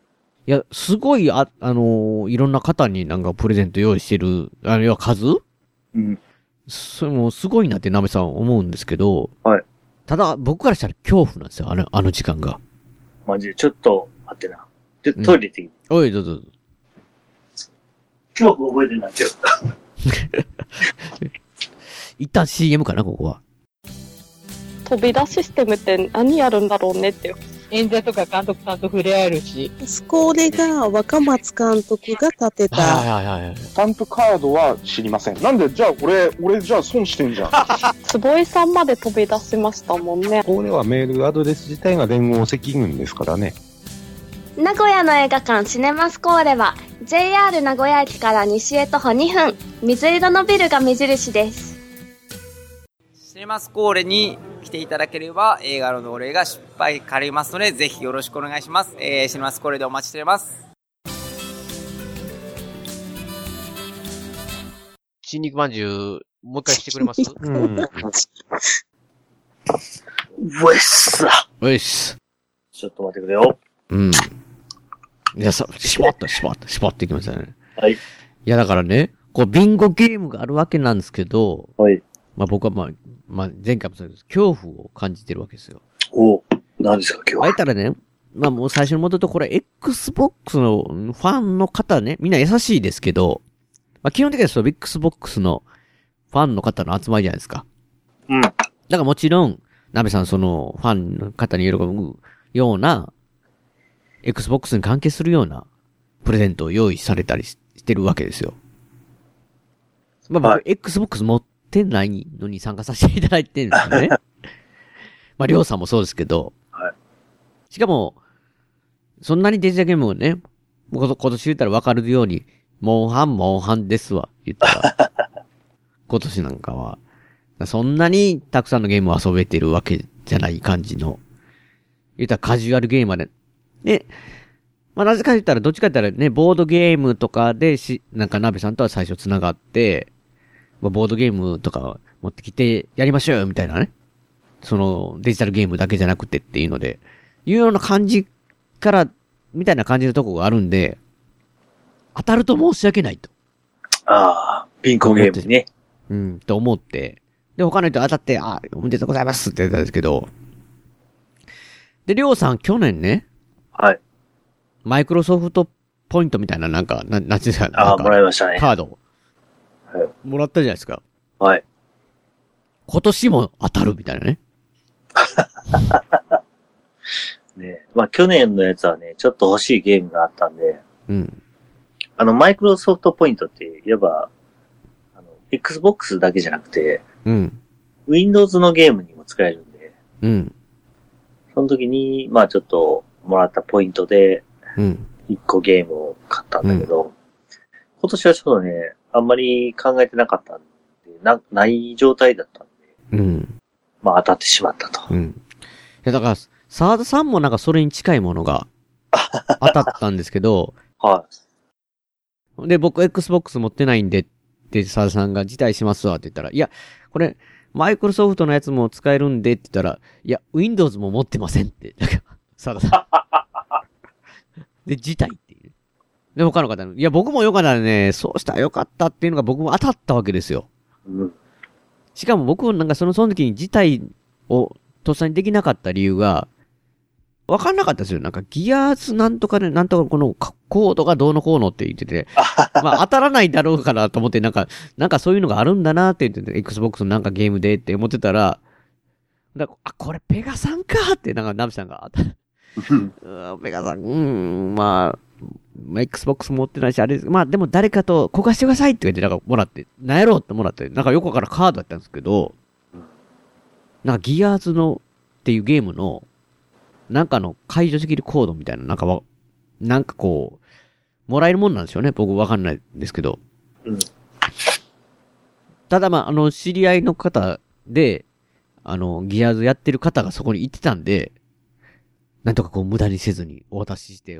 いや、すごい、いろんな方になんかプレゼント用意してる、要は数？ うん。 それもすごいなってナベさん思うんですけど、 はい。 ただ、僕からしたら恐怖なんですよ、あの時間が。 マジで、ちょっと、待ってな。トイレ行っていい？ おい、どうぞ。 恐怖覚えてないけど。 一旦 CM かな、ここは。 飛び出システムって何やるんだろうねって。 演者とか監督さんと触れ合えるし。 これが若松監督が立てた。 スタンプカードは知りません。なんで、じゃあ俺じゃあ損してんじゃん。 坪井さんまで飛び出しましたもんね。 これはメールアドレス自体が連合赤軍ですからね。 名古屋の映画館シネマスコーレは JR 名古屋駅から西へ徒歩2分、水色のビルが目印です。 シネマスコーレに来ていただければ映画のお礼が失敗かりますので、ぜひよろしくお願いします。シネマスコーレでお待ちしています。 新肉まんじゅう、もう一回してくれますウェッサウェッス。 ちょっと待ってくれよ。 うん。いや、しぼっていきましたね。 はい。 いや、だからね、こう、ビンゴゲームがあるわけなんですけど、 はい。 僕は前回もそうです。恐怖を感じてるわけですよ。 何ですか、恐怖。 あえたらね、もう最初の元とこれ、Xbox のファンの方ね、みんな優しいですけど、基本的にはXbox のファンの方の集まりじゃないですか。 うん。 だからもちろん、ナベさんファンの方に喜ぶような、Xbox に関係するようなプレゼントを用意されたりしてるわけですよ。僕、Xbox 持ってないのに参加させていただいてるんですよね。りょうさんもそうですけど。 はい。 しかも、そんなにデジタルゲームをね、今年言ったらわかるように、モンハンですわ、言ったら。今年なんかは。そんなにたくさんのゲームを遊べてるわけじゃない感じの。言ったらカジュアルゲームまで。で、なぜか言ったら、どっちか言ったらね、ボードゲームとかでなんかナベさんとは最初繋がって、ボードゲームとか持ってきてやりましょうみたいなね。デジタルゲームだけじゃなくてっていうので、いうような感じから、みたいな感じのとこがあるんで、当たると申し訳ないと。 ビンゴゲームね。 と思って。で、他の人当たって、おめでとうございますって言ったんですけど。で、りょうさん去年ね。 はい。 マイクロソフトポイントみたいななんていうんですか。 もらいましたね。 カード。 はい。 もらったじゃないですか。 はい。 今年も当たるみたいなね。 ね、まあ去年のやつはね、ちょっと欲しいゲームがあったんで、 うん。 マイクロソフトポイントって、いわば、Xbox だけじゃなくて、 うん。 Windows のゲームにも使えるんで、 うん。 その時に、まあちょっと、もらったポイントで、 うん。 1個ゲームを買ったんだけど、今年はちょっとね、あんまり考えてなかったんで、ない状態だったんで、 うん。 まあ当たってしまったと。 うん。いや、だから、沢田さんもなんかそれに近いものが当たったんですけど、 はい。 で、僕 Xbox 持ってないんでって沢田さんが辞退しますわって言ったら、いや、これ、マイクロソフトのやつも使えるんでって言ったら、いや、Windows も持ってませんって、沢田さん。で、辞退っていう。で、他の方に、いや、僕もよかったらね、そうしたらよかったっていうのが僕も当たったわけですよ。 うん。 しかも僕なんかその時に辞退をとっさにできなかった理由が、わかんなかったですよ。なんかギアーズなんとかね、なんとかこのコードがどうのこうのって言ってて、まあ当たらないだろうかなと思って、なんかそういうのがあるんだなって言ってて、Xbox のなんかゲームでって思ってたら、これペガさんかって、なんかナミさんが、ペガさん、まあ、Xbox 持ってないし、あれ、まあでも誰かと交換してくださいって言って、なんかもらって、なんやろうってもらって、なんか横からカードやったんですけど、なんかギアーズのっていうゲームの、なんかの解除できるコードみたいな、なんかこう、もらえるもんなんですよね。僕わかんないんですけど。 うん。 ただまあ、知り合いの方で、ギアーズやってる方がそこに行ってたんで、なんとかこう無駄にせずにお渡しして、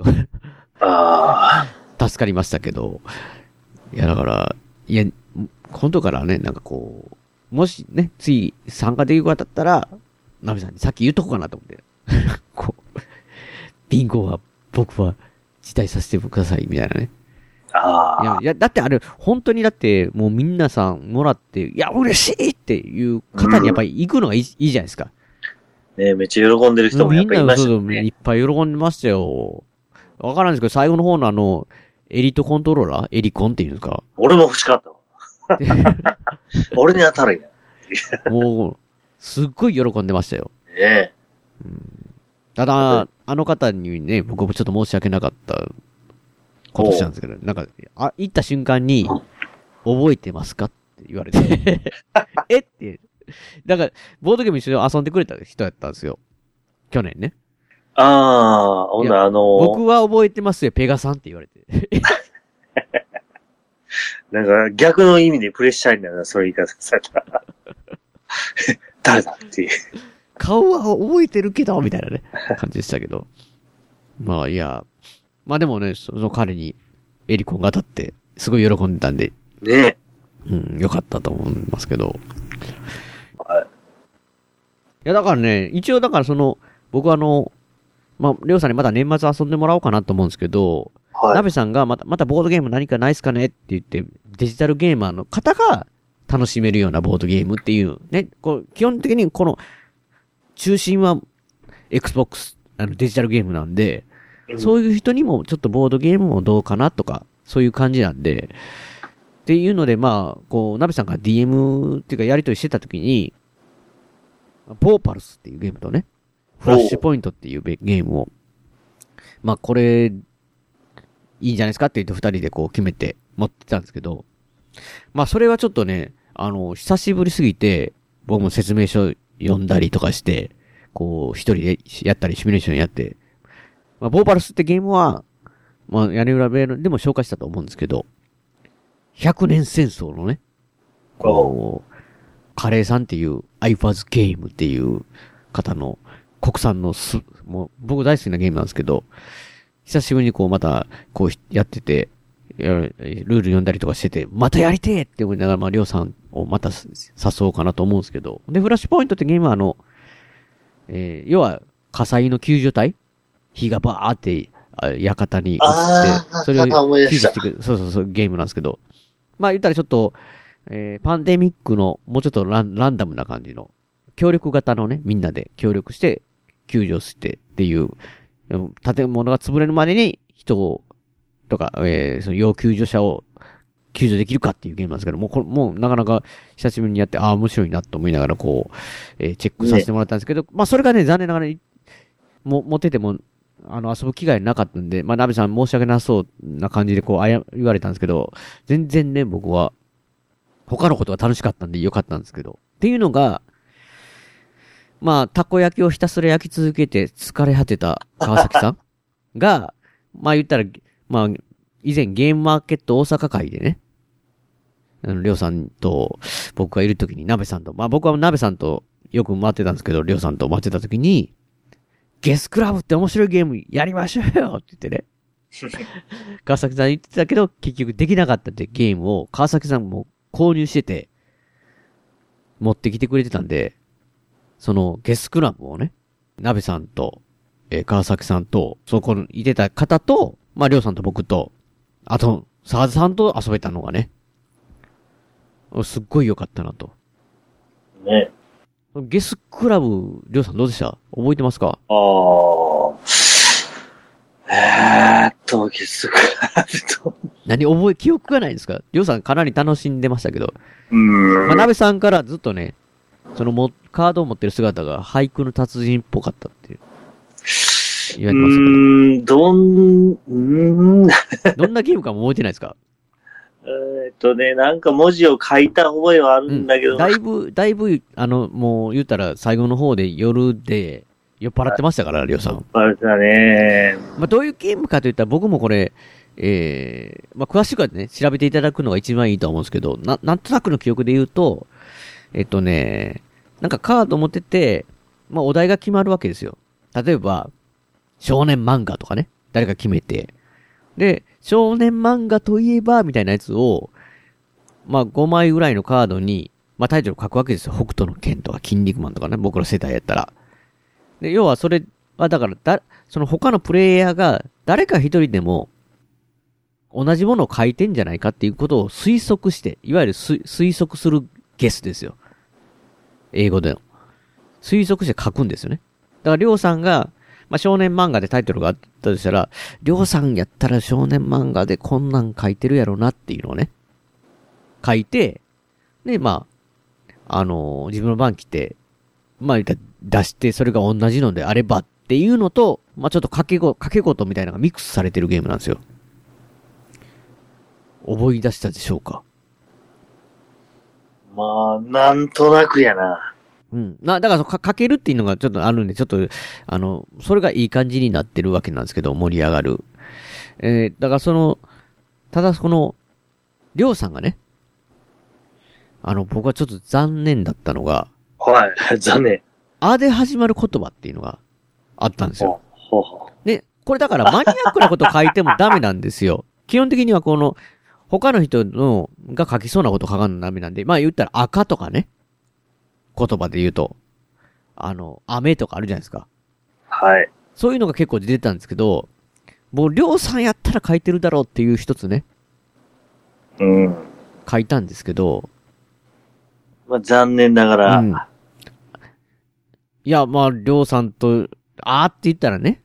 助かりましたけど。いや、だから、いや、今度からね、なんかこう、もしね、次参加できる方だったら、ナミさんにさっき言っとこうかなと思って。こう、ビンゴは僕は辞退させてくださいみたいなね。いや、だってあれ、本当にだって、もうみんなさんもらって、いや、嬉しいっていう方にやっぱり行くのがいいじゃないですか。 ねめっちゃ喜んでる人もやっぱりいましたよね。 みんないっぱい喜んでましたよ。わからんですけど、最後の方のエリートコントローラーエリコンっていうんですか。 俺も欲しかったわ。俺に当たるんや。 もう、すっごい喜んでましたよ。 ねえ。 ただ、あの方にね、僕もちょっと申し訳なかったことしたんですけど、なんか、行った瞬間に、覚えてますかって言われて、えって、だから、ボードゲーム一緒に遊んでくれた人やったんですよ。去年ね。 ほんな僕は覚えてますよ、ペガさんって言われて。 なんか、逆の意味でプレッシャーになるな、そういう言い方されたら。誰だっていう。 顔は覚えてるけど、みたいなね、感じでしたけど。まあ、いや、まあでもね、その彼にエリコンが当たって、すごい喜んでたんで。 ねうん、よかったと思いますけど。 はい。 いや、だからね、一応だから僕はまあ、りょうさんにまた年末遊んでもらおうかなと思うんですけど、はい。ナベさんがまたボードゲーム何かないっすかねって言って、デジタルゲーマーの方が楽しめるようなボードゲームっていう、ね、基本的にこの、中心は Xbox、デジタルゲームなんで、そういう人にもちょっとボードゲームもどうかなとか、そういう感じなんで、っていうので、まあ、ナベさんが DM っていうかやりとりしてた時に、ポーパルスっていうゲームとね、フラッシュポイントっていうゲームを、まあこれ、いいんじゃないですかって言って二人でこう決めて持ってたんですけど、まあそれはちょっとね、久しぶりすぎて、僕も説明書読んだりとかして、こう一人でやったりシミュレーションやって、まあポーパルスってゲームは、まあ屋根裏部屋でも紹介したと思うんですけど、100年戦争のね、カレーさんっていう、アイファズゲームっていう方の国産のもう僕大好きなゲームなんですけど、久しぶりにこうまたこうやってて、ルール読んだりとかしてて、またやりてーって思いながら、まありょうさんをまた誘おうかなと思うんですけど、で、フラッシュポイントってゲームは要は火災の救助隊火がバーって館に落ちて、それを救助していく、そうゲームなんですけど、まあ言ったらちょっと、パンデミックのもうちょっとランダムな感じの、協力型のね、みんなで協力して救助してっていう、建物が潰れるまでに人を、とか、その要救助者を救助できるかっていうゲームなんですけど、もうなかなか久しぶりにやって、面白いなと思いながらチェックさせてもらったんですけど、それがね、残念ながら持ってても、遊ぶ機会なかったんで、ナベさん申し訳なそうな感じで言われたんですけど、全然ね、僕は、他のことが楽しかったんでよかったんですけど、っていうのが、たこ焼きをひたすら焼き続けて疲れ果てた川崎さんが、言ったら、以前ゲームマーケット大阪会でね、りょうさんと僕がいるときに、なべさんと、僕はなべさんとよく回ってたんですけど、りょうさんと回ってたときに、ゲスクラブって面白いゲームやりましょうよって言ってね。川崎さん言ってたけど、結局できなかったってゲームを川崎さんも購入してて、持ってきてくれてたんで、そのゲスクラブをね、なべさんと、川崎さんと、そこにいてた方と、りょうさんと僕と、あと、沢田さんと遊べたのがね、すっごい良かったなと。 ね。 ゲスクラブ、りょうさんどうでした？覚えてますか？ ゲスクラブと。記憶がないんですか？りょうさんかなり楽しんでましたけど。なべさんからずっとね、カードを持ってる姿が俳句の達人っぽかったっていう。言われてましたけど。どんなゲームかも覚えてないですか？ なんか文字を書いた覚えはあるんだけど、 だいぶ、もう言ったら最後の方で夜で酔っ払ってましたから、りょうさん。酔っ払ってたね。 どういうゲームかといったら僕もこれ、詳しくはね、調べていただくのが一番いいと思うんですけど、なんとなくの記憶で言うと、なんかカード持ってて、お題が決まるわけですよ。例えば、少年漫画とかね、誰か決めて、で、少年漫画といえば、みたいなやつを、5枚ぐらいのカードに、タイトル書くわけですよ。北斗の拳とか、筋肉マンとかね、僕ら世代やったら。で、要はそれは、だから、その他のプレイヤーが、誰か一人でも、同じものを書いてんじゃないかっていうことを推測して、いわゆる推測するゲスですよ。英語での。推測して書くんですよね。だから、りょうさんが、少年漫画でタイトルがあったとしたら、りょうさんやったら少年漫画でこんなん書いてるやろなっていうのをね、書いて、で、自分の番来て、出して、それが同じのであればっていうのと、ちょっと掛け事みたいなのがミックスされてるゲームなんですよ。覚え出したでしょうか？ なんとなくやな。 だからかけるっていうのがちょっとあるんで、ちょっと、それがいい感じになってるわけなんですけど、盛り上がる。だからただりょうさんがね、僕はちょっと残念だったのが、 はい、残念。 で始まる言葉っていうのがあったんですよ。で、これだからマニアックなこと書いてもダメなんですよ。基本的には他の人が書きそうなこと書かんのダメなんで、言ったら赤とかね、言葉で言うと、雨とかあるじゃないですか。 はい。 そういうのが結構出てたんですけど、もう、りょうさんやったら書いてるだろうっていう一つね。書いたんですけど。 残念ながら。 いや、りょうさんと、って言ったらね。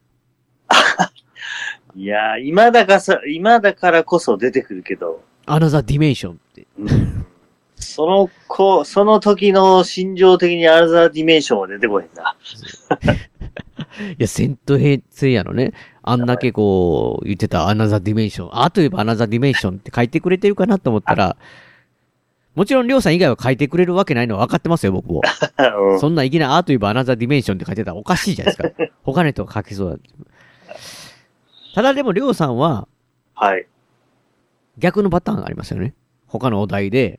いや、今だからこそ出てくるけど。 アナザーディメンションって。 その時の心情的にアナザーディメンションは出てこへんな。 いや、セントヘイツやのね。あんだけ言ってたアナザーディメンション。といえばアナザーディメンションって書いてくれてるかなと思ったら、もちろんりょうさん以外は書いてくれるわけないのは分かってますよ、僕も。そんないきなりといえばアナザーディメンションって書いてたらおかしいじゃないですか。他の人が書きそうだ。ただでもりょうさんは、 はい。 逆のパターンがありますよね。他のお題で、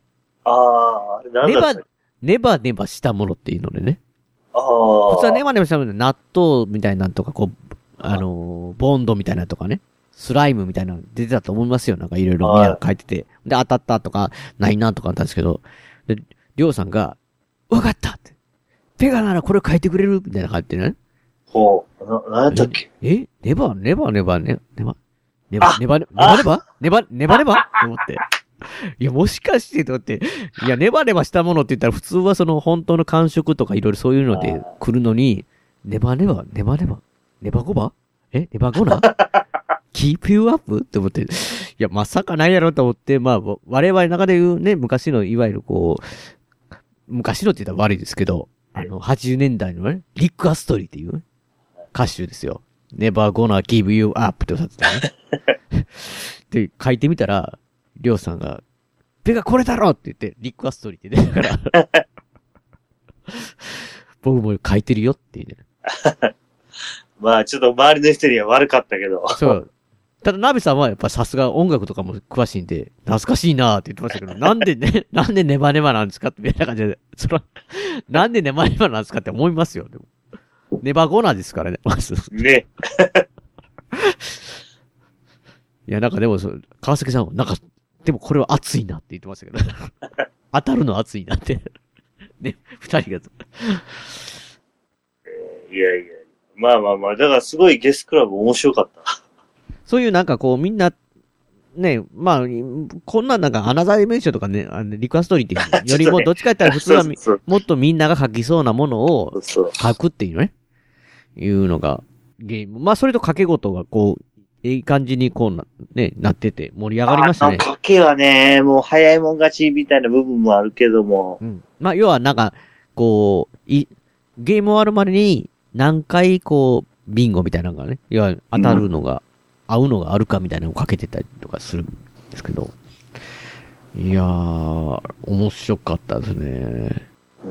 ネバネバしたものっていうのでね。普通はネバネバしたもので納豆みたいなんとか、ボンドみたいなとかね。スライムみたいなの出てたと思いますよ。なんかいろいろみんな書いてて。で、当たったとか、ないなとかあったんですけど。で、りょうさんが、わかったって。ペガならこれ書いてくれるみたいな感じでね。 何やったっけ？ ネバって思って。いや、もしかしてと思って。いや、ネバネバしたものって言ったら普通は本当の感触とかいろいろそういうので来るのに、ネバゴバネバゴナkeep you up? って思って。いや、まさかないやろと思って、まあ、我々の中で言うね、昔の、いわゆるこう、昔のって言ったら悪いですけど、80年代のね、リック・アストリーっていう、ね、歌手ですよ。Never gonna give you up って歌ってたね。で、書いてみたら、りょうさんが、ペガこれだろって言って、リック・アストリーって出たから、僕も書いてるよっていうね。 まあ、ちょっと周りの人には悪かったけど。 そう。ただ、ナベさんはやっぱさすが音楽とかも詳しいんで、懐かしいなーって言ってましたけど、なんでね、なんでネバネバなんですかってみたいな感じで、なんでネバネバなんですかって思いますよ、でも。ネバゴナですからね、まず。 ね。 いや、なんかでも、川崎さんは、なんか、でもこれは熱いなって言ってましたけど、当たるの熱いなって。ね、二人が。 いやいや。まあまあまあ、だからすごいゲスクラブ面白かった。 そういうなんかこうみんな、ね、まあ、こんななんかアナザーディメンションとかね、リクアストーリーっていうよりもどっちか言ったら普通はもっとみんなが書きそうなものを書くっていうね、いうのがゲーム。まあそれと掛け事がこう、いい感じにこうね、なってて盛り上がりましたね。 掛けはね、もう早いもん勝ちみたいな部分もあるけども。 うん。まあ要はなんか、こう、ゲーム終わるまでに何回こう、ビンゴみたいなのがね、要は当たるのが、合うのがあるかみたいなのをかけてたりとかするんですけど。いやー、面白かったですね。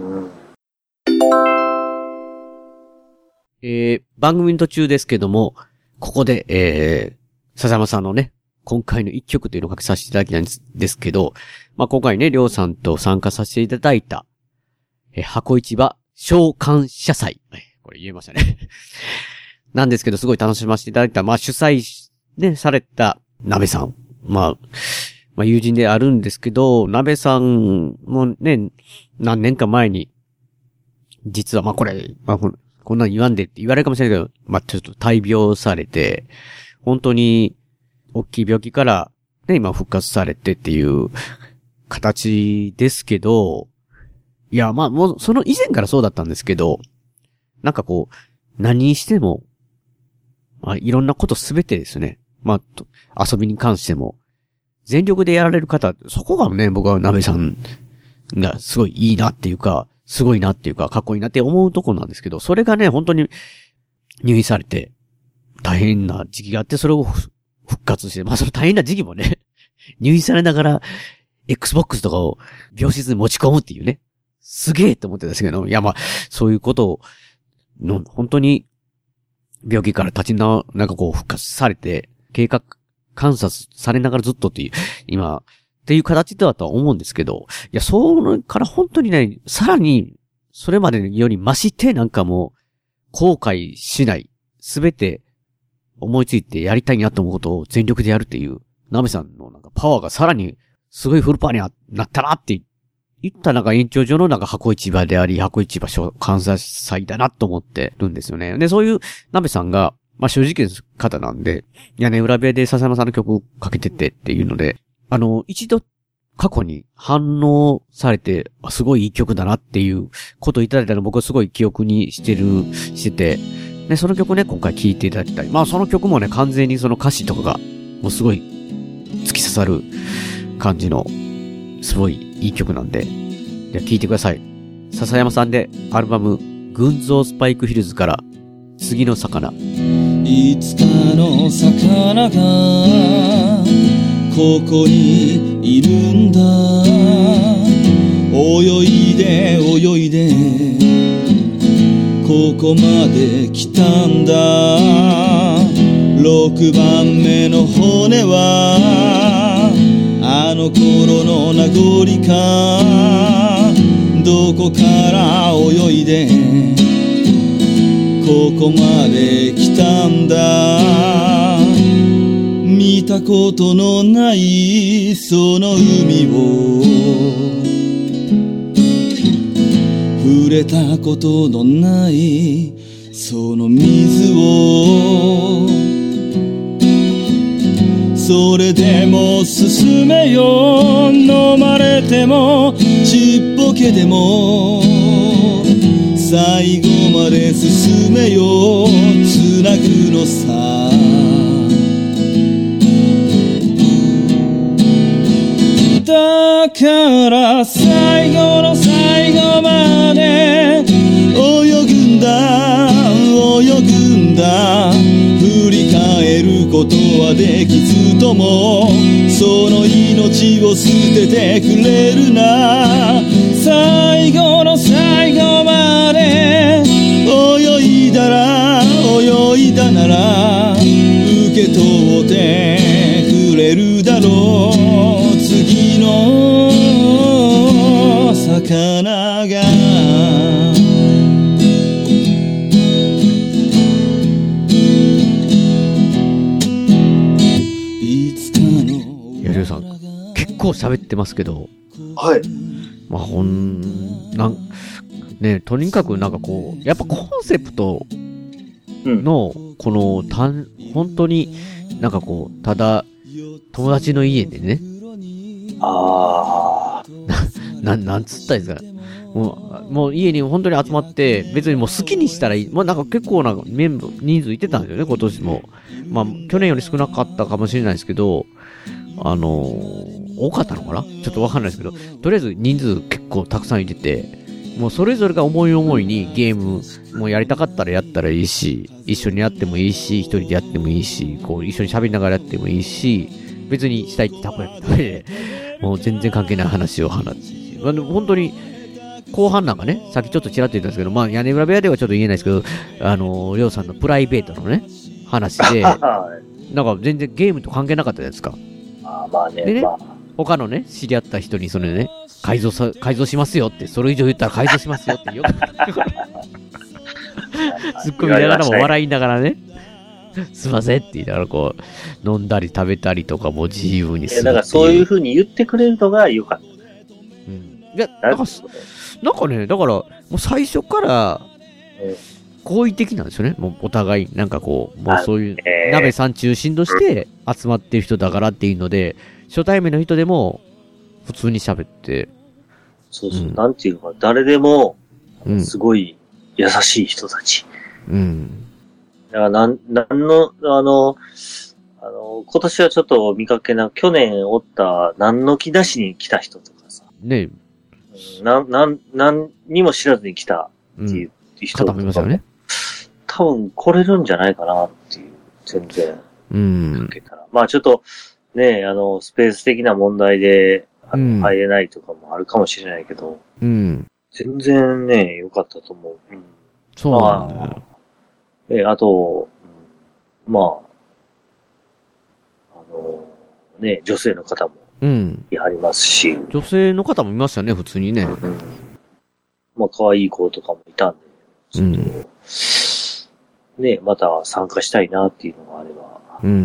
番組の途中ですけども、ここで、笹山さんのね、今回の一曲というのをかけさせていただきたいんですけど、まあ、今回ね、りょうさんと参加させていただいた、箱市場召喚者祭。これ言えましたね。なんですけど、すごい楽しませていただいた、まあ、主催ね、された、なべさん。まあ、友人であるんですけど、なべさんもね、何年か前に、実は、まあ、これ、まあ、こんなの言わんでって言われるかもしれないけど、まあ、ちょっと大病されて、本当に、大きい病気から、ね、今復活されてっていう形ですけど、いや、まあ、もう、その以前からそうだったんですけど、なんかこう、何にしても、まあ、いろんなことすべてですね。まあ、遊びに関しても、全力でやられる方、そこがね、僕はなべさんがすごいいいなっていうか、すごいなっていうか、かっこいいなって思うとこなんですけど、それがね、本当に入院されて、大変な時期があって、それを復活して、まあその大変な時期もね、入院されながら、Xbox とかを病室に持ち込むっていうね、すげえって思ってたんですけど、いやまあ、そういうことを、本当に、病気からなんかこう復活されて、経過観察されながらずっとっていう、今、っていう形だとは思うんですけど、いや、それから本当にね、さらに、それまでより増してなんかもう、後悔しない、すべて思いついてやりたいなと思うことを全力でやるっていう、なべさんのなんかパワーがさらに、すごいフルパワーになったなって言ったなんか延長上のなんか箱市場であり、箱市場関西祭だなと思ってるんですよね。で、そういうなべさんが、まあ正直な方なんで、屋根裏部屋で笹山さんの曲をかけててっていうので、一度過去に反応されて、すごいいい曲だなっていうことをいただいたの僕はすごい記憶にしてて、で、その曲ね、今回聴いていただきたい。まあその曲もね、完全にその歌詞とかが、もうすごい突き刺さる感じの、すごいいい曲なんで、では聴いてください。笹山さんでアルバム、群像スパイクヒルズから、次の魚。 いつかの魚がここにいるんだ、泳いで泳いでここまで来たんだ、6番目の骨はあの頃の名残か、どこから泳いでここまで来たんだ、見たことのないその海を触れたことのないその水を、それでも進めよ、飲まれてもちっぽけでも最後まで進めよ、つなぐのさ、 から最後の最後まで泳ぐんだ振り返ることはできずともその命を捨ててくれるな最後の最後まで泳いだなら受け取ってくれるだろう次の魚が結構喋ってますけど。 はい。 まあ、ね、とにかくなんかこう、やっぱコンセプトの、この、本当になんかこう、ただ、友達の家でね。なんつったんですか。もう家に本当に集まって、別にもう好きにしたらいい。まあなんか結構な人数いてたんですよね、今年も。まあ、去年より少なかったかもしれないですけど、多かったのかなちょっとわかんないですけど、とりあえず人数結構たくさんいてて、もうそれぞれが思い思いにゲーム、もうやりたかったらやったらいいし、一緒にやってもいいし、一人でやってもいいし、こう一緒に喋りながらやってもいいし、別にしたいってたこ焼き食べて、もう全然関係ない話を話す。まあ、本当に、後半なんかね、さっきちょっとちらっと言ったんですけど、まあ屋根裏部屋ではちょっと言えないですけど、りょうさんのプライベートのね、話で、なんか全然ゲームと関係なかったじゃないですか。 まあね。 でね、他のね、知り合った人にそれね、改造しますよって、それ以上言ったら改造しますよってよくツッコミながらも笑いながらね、すいませんって言いながらこう、飲んだり食べたりとかも自由にするっていう。 だからそういう風に言ってくれるのが良かった。 うん。いや、なんかね、だから、もう最初から、好意的なんですよね。もうお互い、なんかこう、もうそういう、鍋さん中心として集まってる人だからっていうので、初対面の人でも、普通に喋って。 そうそう、なんていうか、誰でも、すごい優しい人たち。 うん。 だから今年はちょっと見かけな、去年おった何の気なしに来た人とかさ。 ね何にも知らずに来たっていう人とか。 方もいますよね。 多分来れるんじゃないかなっていう、全然。まあちょっと、ね、スペース的な問題で、入れないとかもあるかもしれないけど、全然ね、良かったと思う。 そうなんだよ。あと、まあ、ね、女性の方も、いはりますし。 女性の方もいましたね、普通にね。 まあ、可愛い子とかもいたんで、ね、また参加したいなっていうのがあれば。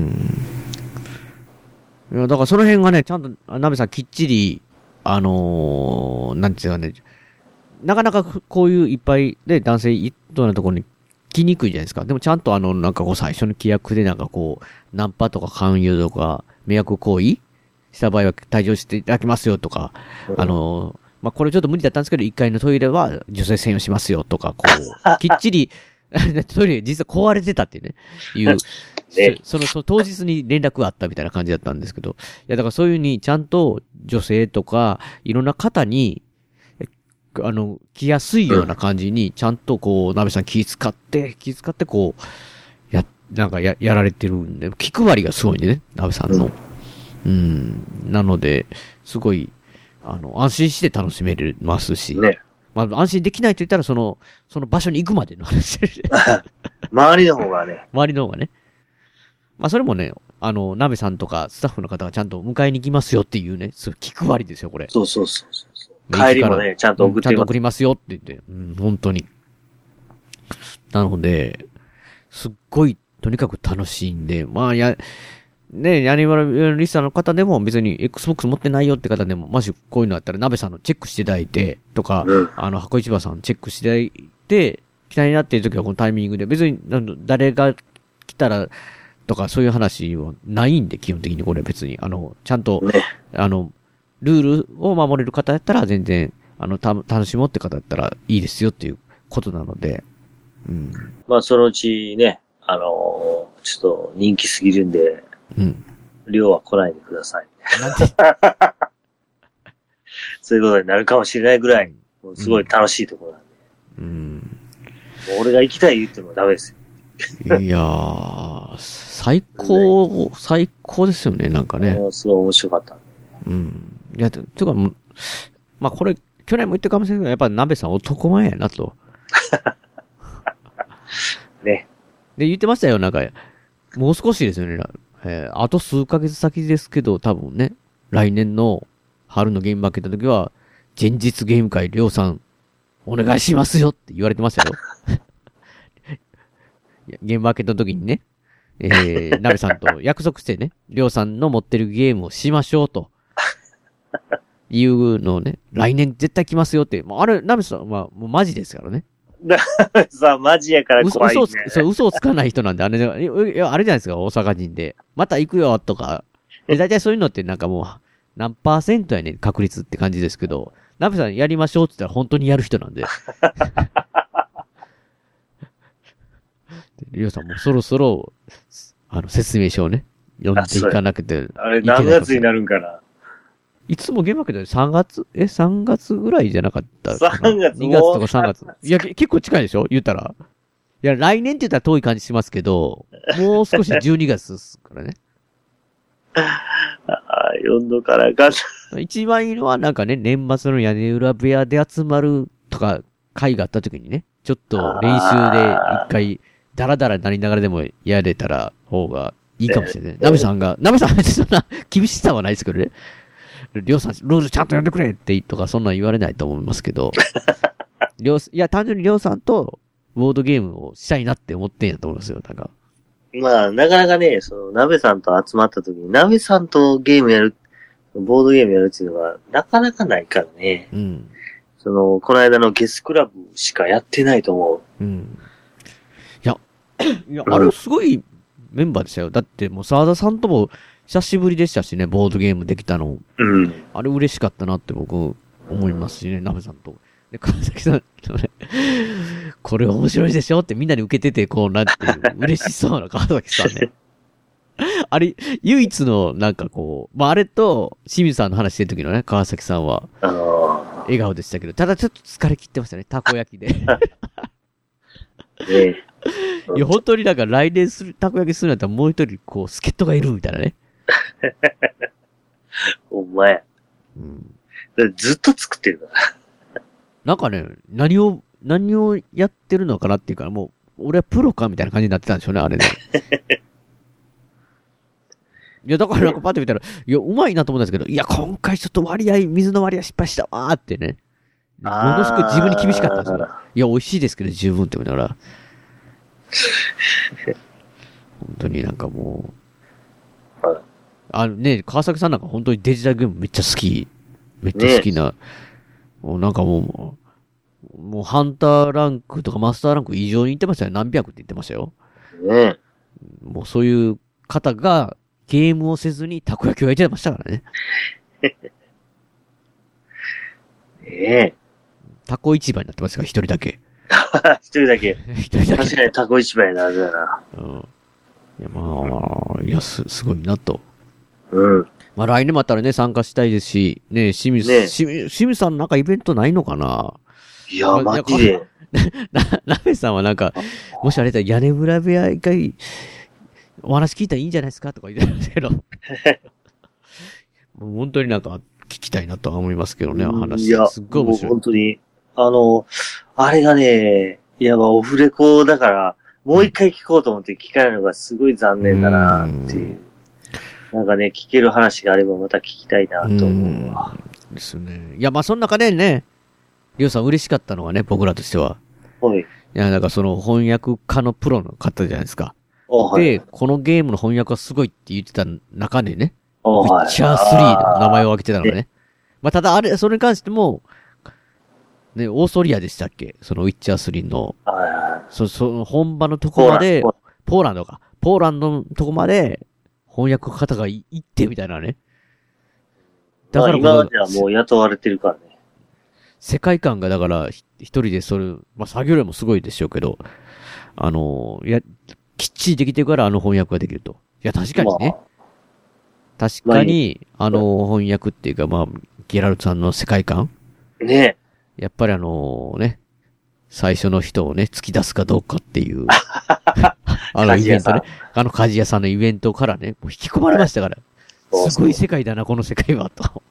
いや、だからその辺がね、ちゃんと、なべさんきっちり、なんていうかね、なかなかこういういっぱいで男性一等なところに来にくいじゃないですか。でもちゃんとなんかこう最初の規約でなんかこう、ナンパとか勧誘とか、迷惑行為した場合は退場していただきますよとか、まあ、これちょっと無理だったんですけど、1階のトイレは女性専用しますよとか、こう、きっちり、トイレ実は壊れてたってね、その当日に連絡があったみたいな感じだったんですけど、いやだからそういう風にちゃんと女性とか、いろんな方に、来やすいような感じに、ちゃんとこう、なべさん気遣ってこう、なんかやられてるんで、気配りがすごいんでね、なべさんの。なので、すごい、安心して楽しめますし、まあ、安心できないと言ったら、その場所に行くまでの話周りの方がね。 周りの方がね。まあ、それもね、なべさんとかスタッフの方がちゃんと迎えに来ますよっていうね、そう気配りですよ、これ。 そう。帰りもね、ちゃんと送ってちゃんと送りますよって言って、本当に。なので、すっごい、とにかく楽しいんで、まあ、屋根裏リスナーの方でも別に Xbox 持ってないよって方でも、もしこういうのあったら、なべさんのチェックしていただいて、とか、箱市場さんチェックしていただいて、来たいなっていう時はこのタイミングで、別に、誰が来たら、とかそういう話はないんで、基本的にこれ別に。ちゃんと、ルールを守れる方だったら全然、楽しもうって方だったらいいですよっていうことなので。 まあ、そのうちね、ちょっと人気すぎるんで、量は来ないでください。 そういうことになるかもしれないぐらい、もうすごい楽しいところなんで。 うん。 もう俺が行きたい言ってもダメですよ。いやー、最高ですよね、なんかね。 すごい面白かった。 うん。いや、というか、まあ、これ、去年も言ったかもしれないけど、やっぱ鍋さん男前やなと。 ね。 で、言ってましたよ、なんか、もう少しですよね。あと数ヶ月先ですけど、多分ね、来年の春のゲームマーケットの時は、前日ゲーム会、りょうさん、お願いしますよって言われてましたよ。ゲームマーケットの時にね、鍋さんと約束してね、りょうさんの持ってるゲームをしましょうと。いうのをね、来年絶対来ますよって。あれ、鍋さんはもうマジですからね。 さあ、マジやから怖いね。 嘘をつかない人なんで、あれじゃないですか、大阪人で。また行くよ、とか。だいたいそういうのってなんかもう、何%やねん、確率って感じですけど、ナベさんやりましょうって言ったら本当にやる人なんで。リオさんもそろそろ、説明書をね、読んでいかなくて。 あれ、何月になるんかな。 いつもゲームマーケットで3月ぐらいじゃなかったかな。 3月 2月とか3月。いや、結構近いでしょ言ったら。いや、来年って言ったら遠い感じしますけど、もう少し12月ですからね。 4度からか。 一番いいのはなんかね、年末の屋根裏部屋で集まるとか、会があった時にね、ちょっと練習で一回、ダラダラなりながらでもやれたら方がいいかもしれない。ナベさんはそんな厳しさはないですけどね。りょうさん、ルールちゃんとやってくれってとかそんなん言われないと思いますけど。いや、単純にりょうさんとボードゲームをしたいなって思ってんやと思いますよ、なんか。 まあ、なかなかね、鍋さんと集まった時に、鍋さんとゲームやる、ボードゲームやるっていうのは、なかなかないからね。 うん。 この間のゲスクラブしかやってないと思う。うん。いや、あれすごいメンバーでしたよ。だってもう沢田さんとも久しぶりでしたしね、ボードゲームできたの。 うん。 あれ嬉しかったなって僕思いますしね、鍋さんと。で、川崎さんとね、これ面白いでしょってみんなに受けてて、こうなって嬉しそうな川崎さんね。あれ、唯一のなんかこう、まあ、あれと清水さんの話してる時のね、川崎さんは、笑顔でしたけど、ただちょっと疲れ切ってましたね、たこ焼きで。いや、本当になんか来年たこ焼きするんだったらもう一人、こう、助っ人がいるみたいなね。 お前。うん。ずっと作ってるから。 なんかね、何をやってるのかなっていうか、もう、俺はプロかみたいな感じになってたんでしょうね、あれね。いや、だからなんかパッと見たら、いや、うまいなと思ったんですけど、いや、今回ちょっと水の割合失敗したわーってね。ものすごく自分に厳しかったんですよ。いや、美味しいですけど、十分って思いながら。本当になんかもう、ね、川崎さんなんか本当にデジタルゲームめっちゃ好き。めっちゃ好きな。もうなんかもうハンターランクとかマスターランク異常に言ってましたよ。何百って言ってましたよ。 ねもうそういう方がゲームをせずにたこ焼きを焼いてましたからね。タコ市場になってますから、一人だけ。 一人だけ。確かにタコ市場になるだな。 うん。いや、まあ、いや、すごいなと。 うん。 まあ来年もあったらね、参加したいですし、ね、清水さんなんかイベントないのかな？ いや、マジで。 ラメさんはなんか、もしあれだったら屋根裏部屋一回、お話聞いたらいいんじゃないですかとか言ってるんですけど。もう本当になんか聞きたいなとは思いますけどね、話。 いや、 すっごい面白い。 もう本当に、あれがね、いや、オフレコだから、もう一回聞こうと思って聞かないのがすごい残念だなっていう。なんかね、聞ける話があればまた聞きたいなと思うわ。 ですね。いや、まあその中でね、りょうさん嬉しかったのはね、僕らとしては。 はい。 いや、なんかその翻訳家のプロの方じゃないですか。 はい、 で、このゲームの翻訳はすごいって言ってた中でね、ウィッチャー3の名前を挙げてたのね。まあただあれ、それに関しても、ね、オーストリアでしたっけそのウィッチャー3の。その本場のとこまで、ポーランドのとこまで、翻訳方が行ってみたいなね。 だから今まではもう雇われてるからね。 世界観がだから一人でまあ作業量もすごいでしょうけど、きっちりできてるから翻訳ができると。いや確かにね。確かに、翻訳っていうかまあ、 ゲラルトさんの世界観。 ね。 やっぱりね、最初の人をね、突き出すかどうかっていう、イベントね。鍛冶屋さんのイベントからね、もう引き込まれましたから。すごい世界だな、この世界は、と。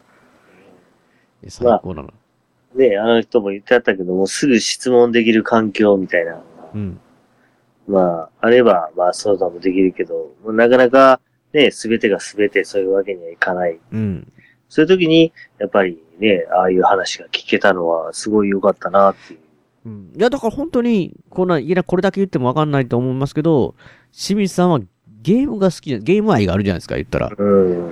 最高なの。 ね、あの人も言ってあったけども、すぐ質問できる環境みたいな。 うん。 まあ、あれば、まあ、そうだもできるけど、なかなか、ね、すべてがすべてそういうわけにはいかない。 うん。 そういう時に、やっぱりね、ああいう話が聞けたのは、すごい良かったな、っていう。 うん。いや、だから本当に、これだけ言ってもわかんないと思いますけど、清水さんはゲームが好きゲーム愛があるじゃないですか、言ったら。 うん。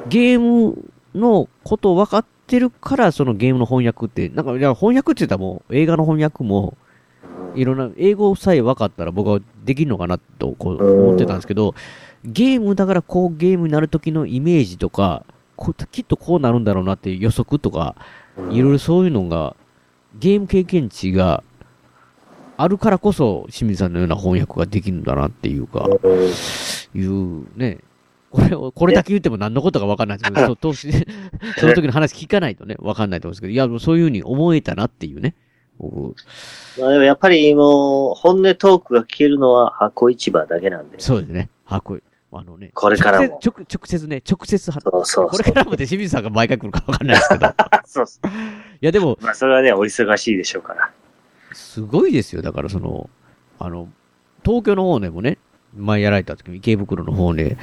ゲームのことを分かってるから、そのゲームの翻訳って、なんか、いや翻訳って言ったらもう、映画の翻訳も、いろんな、英語さえ分かったら僕はできるのかなと、こう、思ってたんですけど、ゲームだからこうゲームになる時のイメージとか、きっとこうなるんだろうなっていう予測とか、いろいろそういうのが、ゲーム経験値があるからこそ、清水さんのような翻訳ができるんだなっていうか、いうね、これだけ言っても何のことか分かんないですけど、その時の話聞かないとね、分かんないと思うんですけど、いや、そういうふうに思えたなっていうね。 まあでもやっぱりもう、本音トークが聞けるのは箱市場だけなんで。 そうですね。 これからも。 直接そう。 これからもで清水さんが毎回来るか分かんないですけど。 そうそう。 いやでも。 まあそれはね、お忙しいでしょうから。 すごいですよ。だから東京の方でもね、前やられた時、池袋の方で、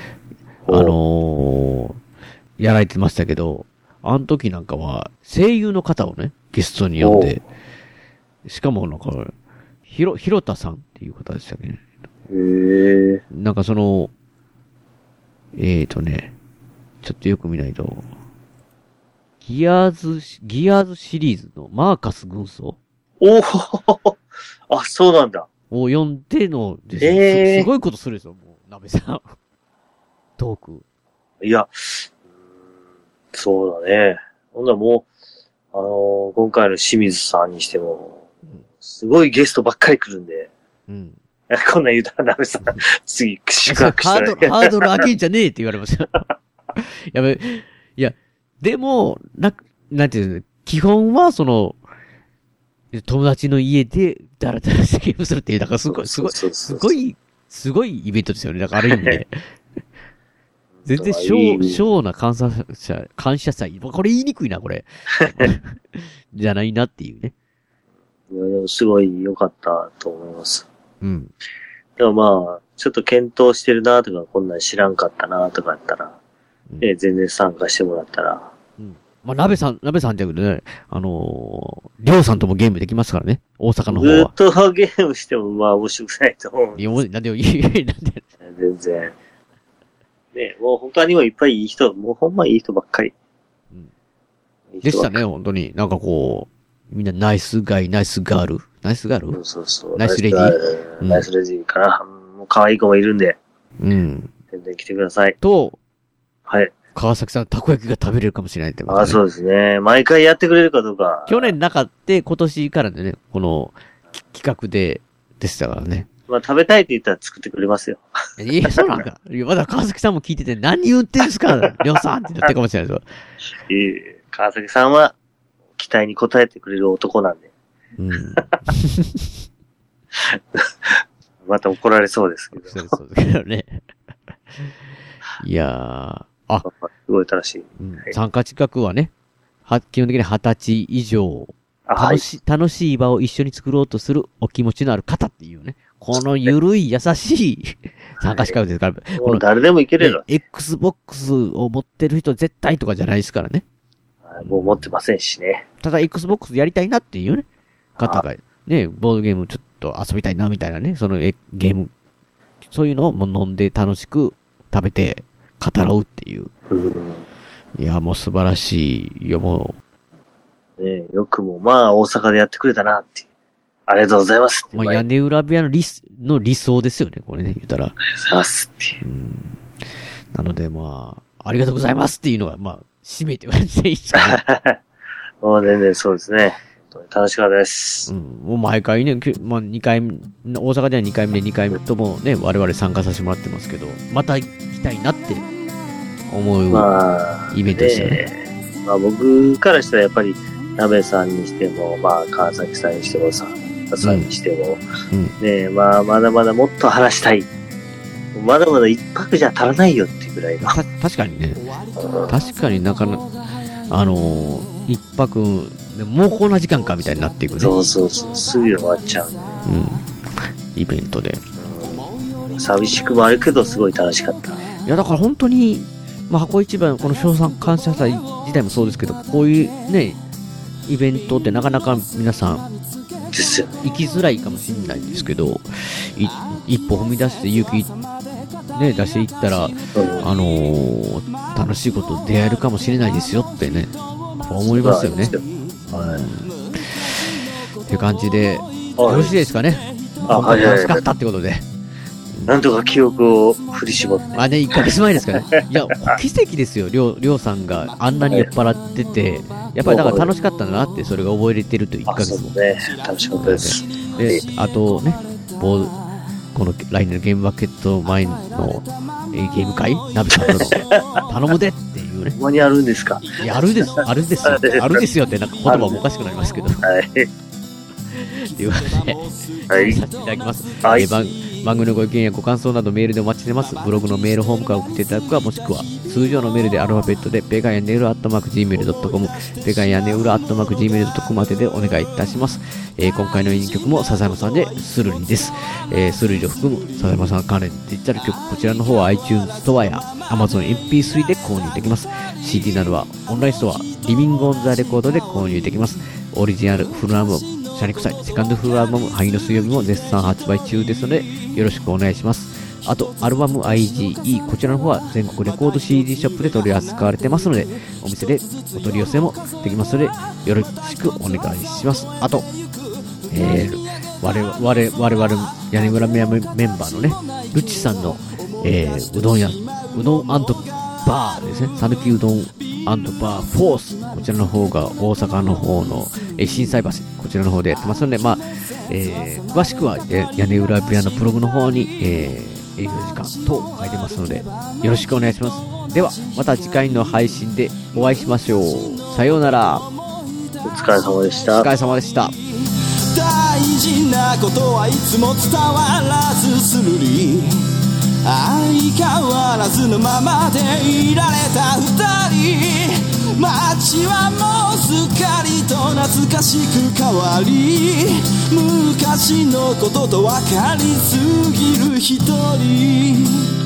やられてましたけど、あの時なんかは、声優の方をね、ゲストに呼んで、しかもなんか、ひろたさんっていう方でしたっけね。なんかちょっとよく見ないと、ギアーズシリーズのマーカス軍曹。 あ、そうなんだ。 を読んでのですね、すごいことするんですよ、もう、鍋さん。トーク。 いや、そうだね。ほんならもう、今回の清水さんにしても、すごいゲストばっかり来るんで、こんなん言うたら鍋さん、次、宿泊したら、 ハードル上げんじゃねえって言われました。いや、でも、なんていうの、基本は友達の家でダラダラしてゲームするっていう、だからすごいイベントですよね。だからある意味で。全然小な感謝祭。これ言いにくいな、これ。じゃないなっていうね。 いや、でもすごい良かったと思います。 うん。 でもまあ、ちょっと検討してるなとか、こんなん知らんかったなとかやったら、全然参加してもらったら。 まあ、鍋さんじゃなくてね、りょうさんともゲームできますからね。大阪の方は。 ずっとゲームしてもまあ面白くないと思う。 いや、なんで。 全然。ね、もう他にもいっぱいいい人、もうほんまいい人ばっかり。 でしたね、本当に。なんかこう、みんなナイスガイ、ナイスガールそう。 ナイスレディナイスレディかな。もう可愛い子もいるんで。 全然来てください。はい。 川崎さん、たこ焼きが食べれるかもしれないってこと、 ね。そうですね。毎回やってくれるかどうか。 去年なかった今年からでね、この企画でしたからね。 まあ食べたいって言ったら作ってくれますよ。 いや、そうなんか。まだ川崎さんも聞いてて何言ってんすかりょうさんって言ってるかもしれないですよ。川崎さんは期待に応えてくれる男なんで。また怒られそうですけど。 そうですけどね。いやー。 すごい楽しい。 参加資格はね、基本的に20歳以上、楽しい場を一緒に作ろうとするお気持ちのある方っていうね、このゆるい優しい参加資格ですから、 もう誰でもいけるよ。 Xbox を持ってる人絶対とかじゃないですからね。 もう持ってませんしね。 ただ Xbox やりたいなっていうね、方が、ね、ボードゲームちょっと遊びたいなみたいなね、そのゲーム、そういうのをもう飲んで楽しく食べて語ろうっていう。いや、もう素晴らしい。いや、もう。ねよくもまあ大阪でやってくれたなって。ありがとうございますって。 まあ屋根裏部屋の理想ですよね、これね、言ったら。 ありがとうございますって。 なのでまあ、ありがとうございますっていうのが、まあ、締めてはいいですかね。 もう全然そうですね。楽しかったです。 もう毎回ね、まあ2回目、大阪では2回目で2回目ともね、我々参加させてもらってますけど、また行きたいなって思うイベントでしたね。 まあ僕からしたらやっぱり、なべさんにしても、まあ川崎さんにしてもさんにしても、ねまあまだまだもっと話したい。まだまだ一泊じゃ足らないよっていうぐらいの。 確かにね。確かになかなか、一泊、もうこんな時間かみたいになっていくね。 そう、すぐ終わっちゃうね。 イベントで。 寂しくもあるけど、すごい楽しかった。 いや、だから本当に、まあ、箱一番、この賞賛感謝祭自体もそうですけど、こういうね、イベントってなかなか皆さん、行きづらいかもしれないんですけど、一歩踏み出して勇気、ね、出していったら、楽しいこと出会えるかもしれないですよってね、思いますよね。っていう感じで、よろしいですかね。楽しかったってことで。 なんとか記憶を振り絞って。 ね、1ヶ月前ですからね。いや、奇跡ですよ。りょうさんがあんなに酔っ払ってて、やっぱりだから楽しかったんだなって、それが覚えれてると1ヶ月も。 そうね。楽しかったです。 で、あとね、この来年のゲームマーケット前のゲーム会ナビさんとの頼むでっていうね。 ここにあるんですか？ いや、あるですよ。あるですよってなんか言葉もおかしくなりますけど。はい。ということで、はい。させていただきます。はい。番組のご意見やご感想などメールでお待ちしてます。ブログのメールフォームから送っていただくか、もしくは通常のメールでアルファベットでペガヤネウル@gmail.com、ペガヤネウル@gmail.com まででお願いいたします。今回の2曲も笹山さんでスルリです。スルリを含む笹山さん関連デジタル曲、こちらの方は iTunes ストアや Amazon MP3 で購入できます。CD などはオンラインストア、リビングオンザレコードで購入できます。オリジナルフルアルバム、シャニクサイセカンドフルアルバム萩の水曜日も絶賛発売中ですのでよろしくお願いします。あとアルバム IGE こちらの方は全国レコード CD ショップで取り扱われてますのでお店でお取り寄せもできますのでよろしくお願いします。あと、我々屋根裏メンバーのねルチさんの、うどんバーですね、讃岐うどんバーフォース、こちらの方が大阪の方の心斎橋、こちらの方でやってますので、まあ詳しくは屋根裏部屋のブログの方に、営業時間等書いてますのでよろしくお願いします。ではまた次回の配信でお会いしましょう。さようなら。 お疲れ様でした。 お疲れ様でした。 大事なことはいつも伝わらずするり相変わらずのままでいられた二人、街はもうすっかりと懐かしく変わり昔のことと分かりすぎる一人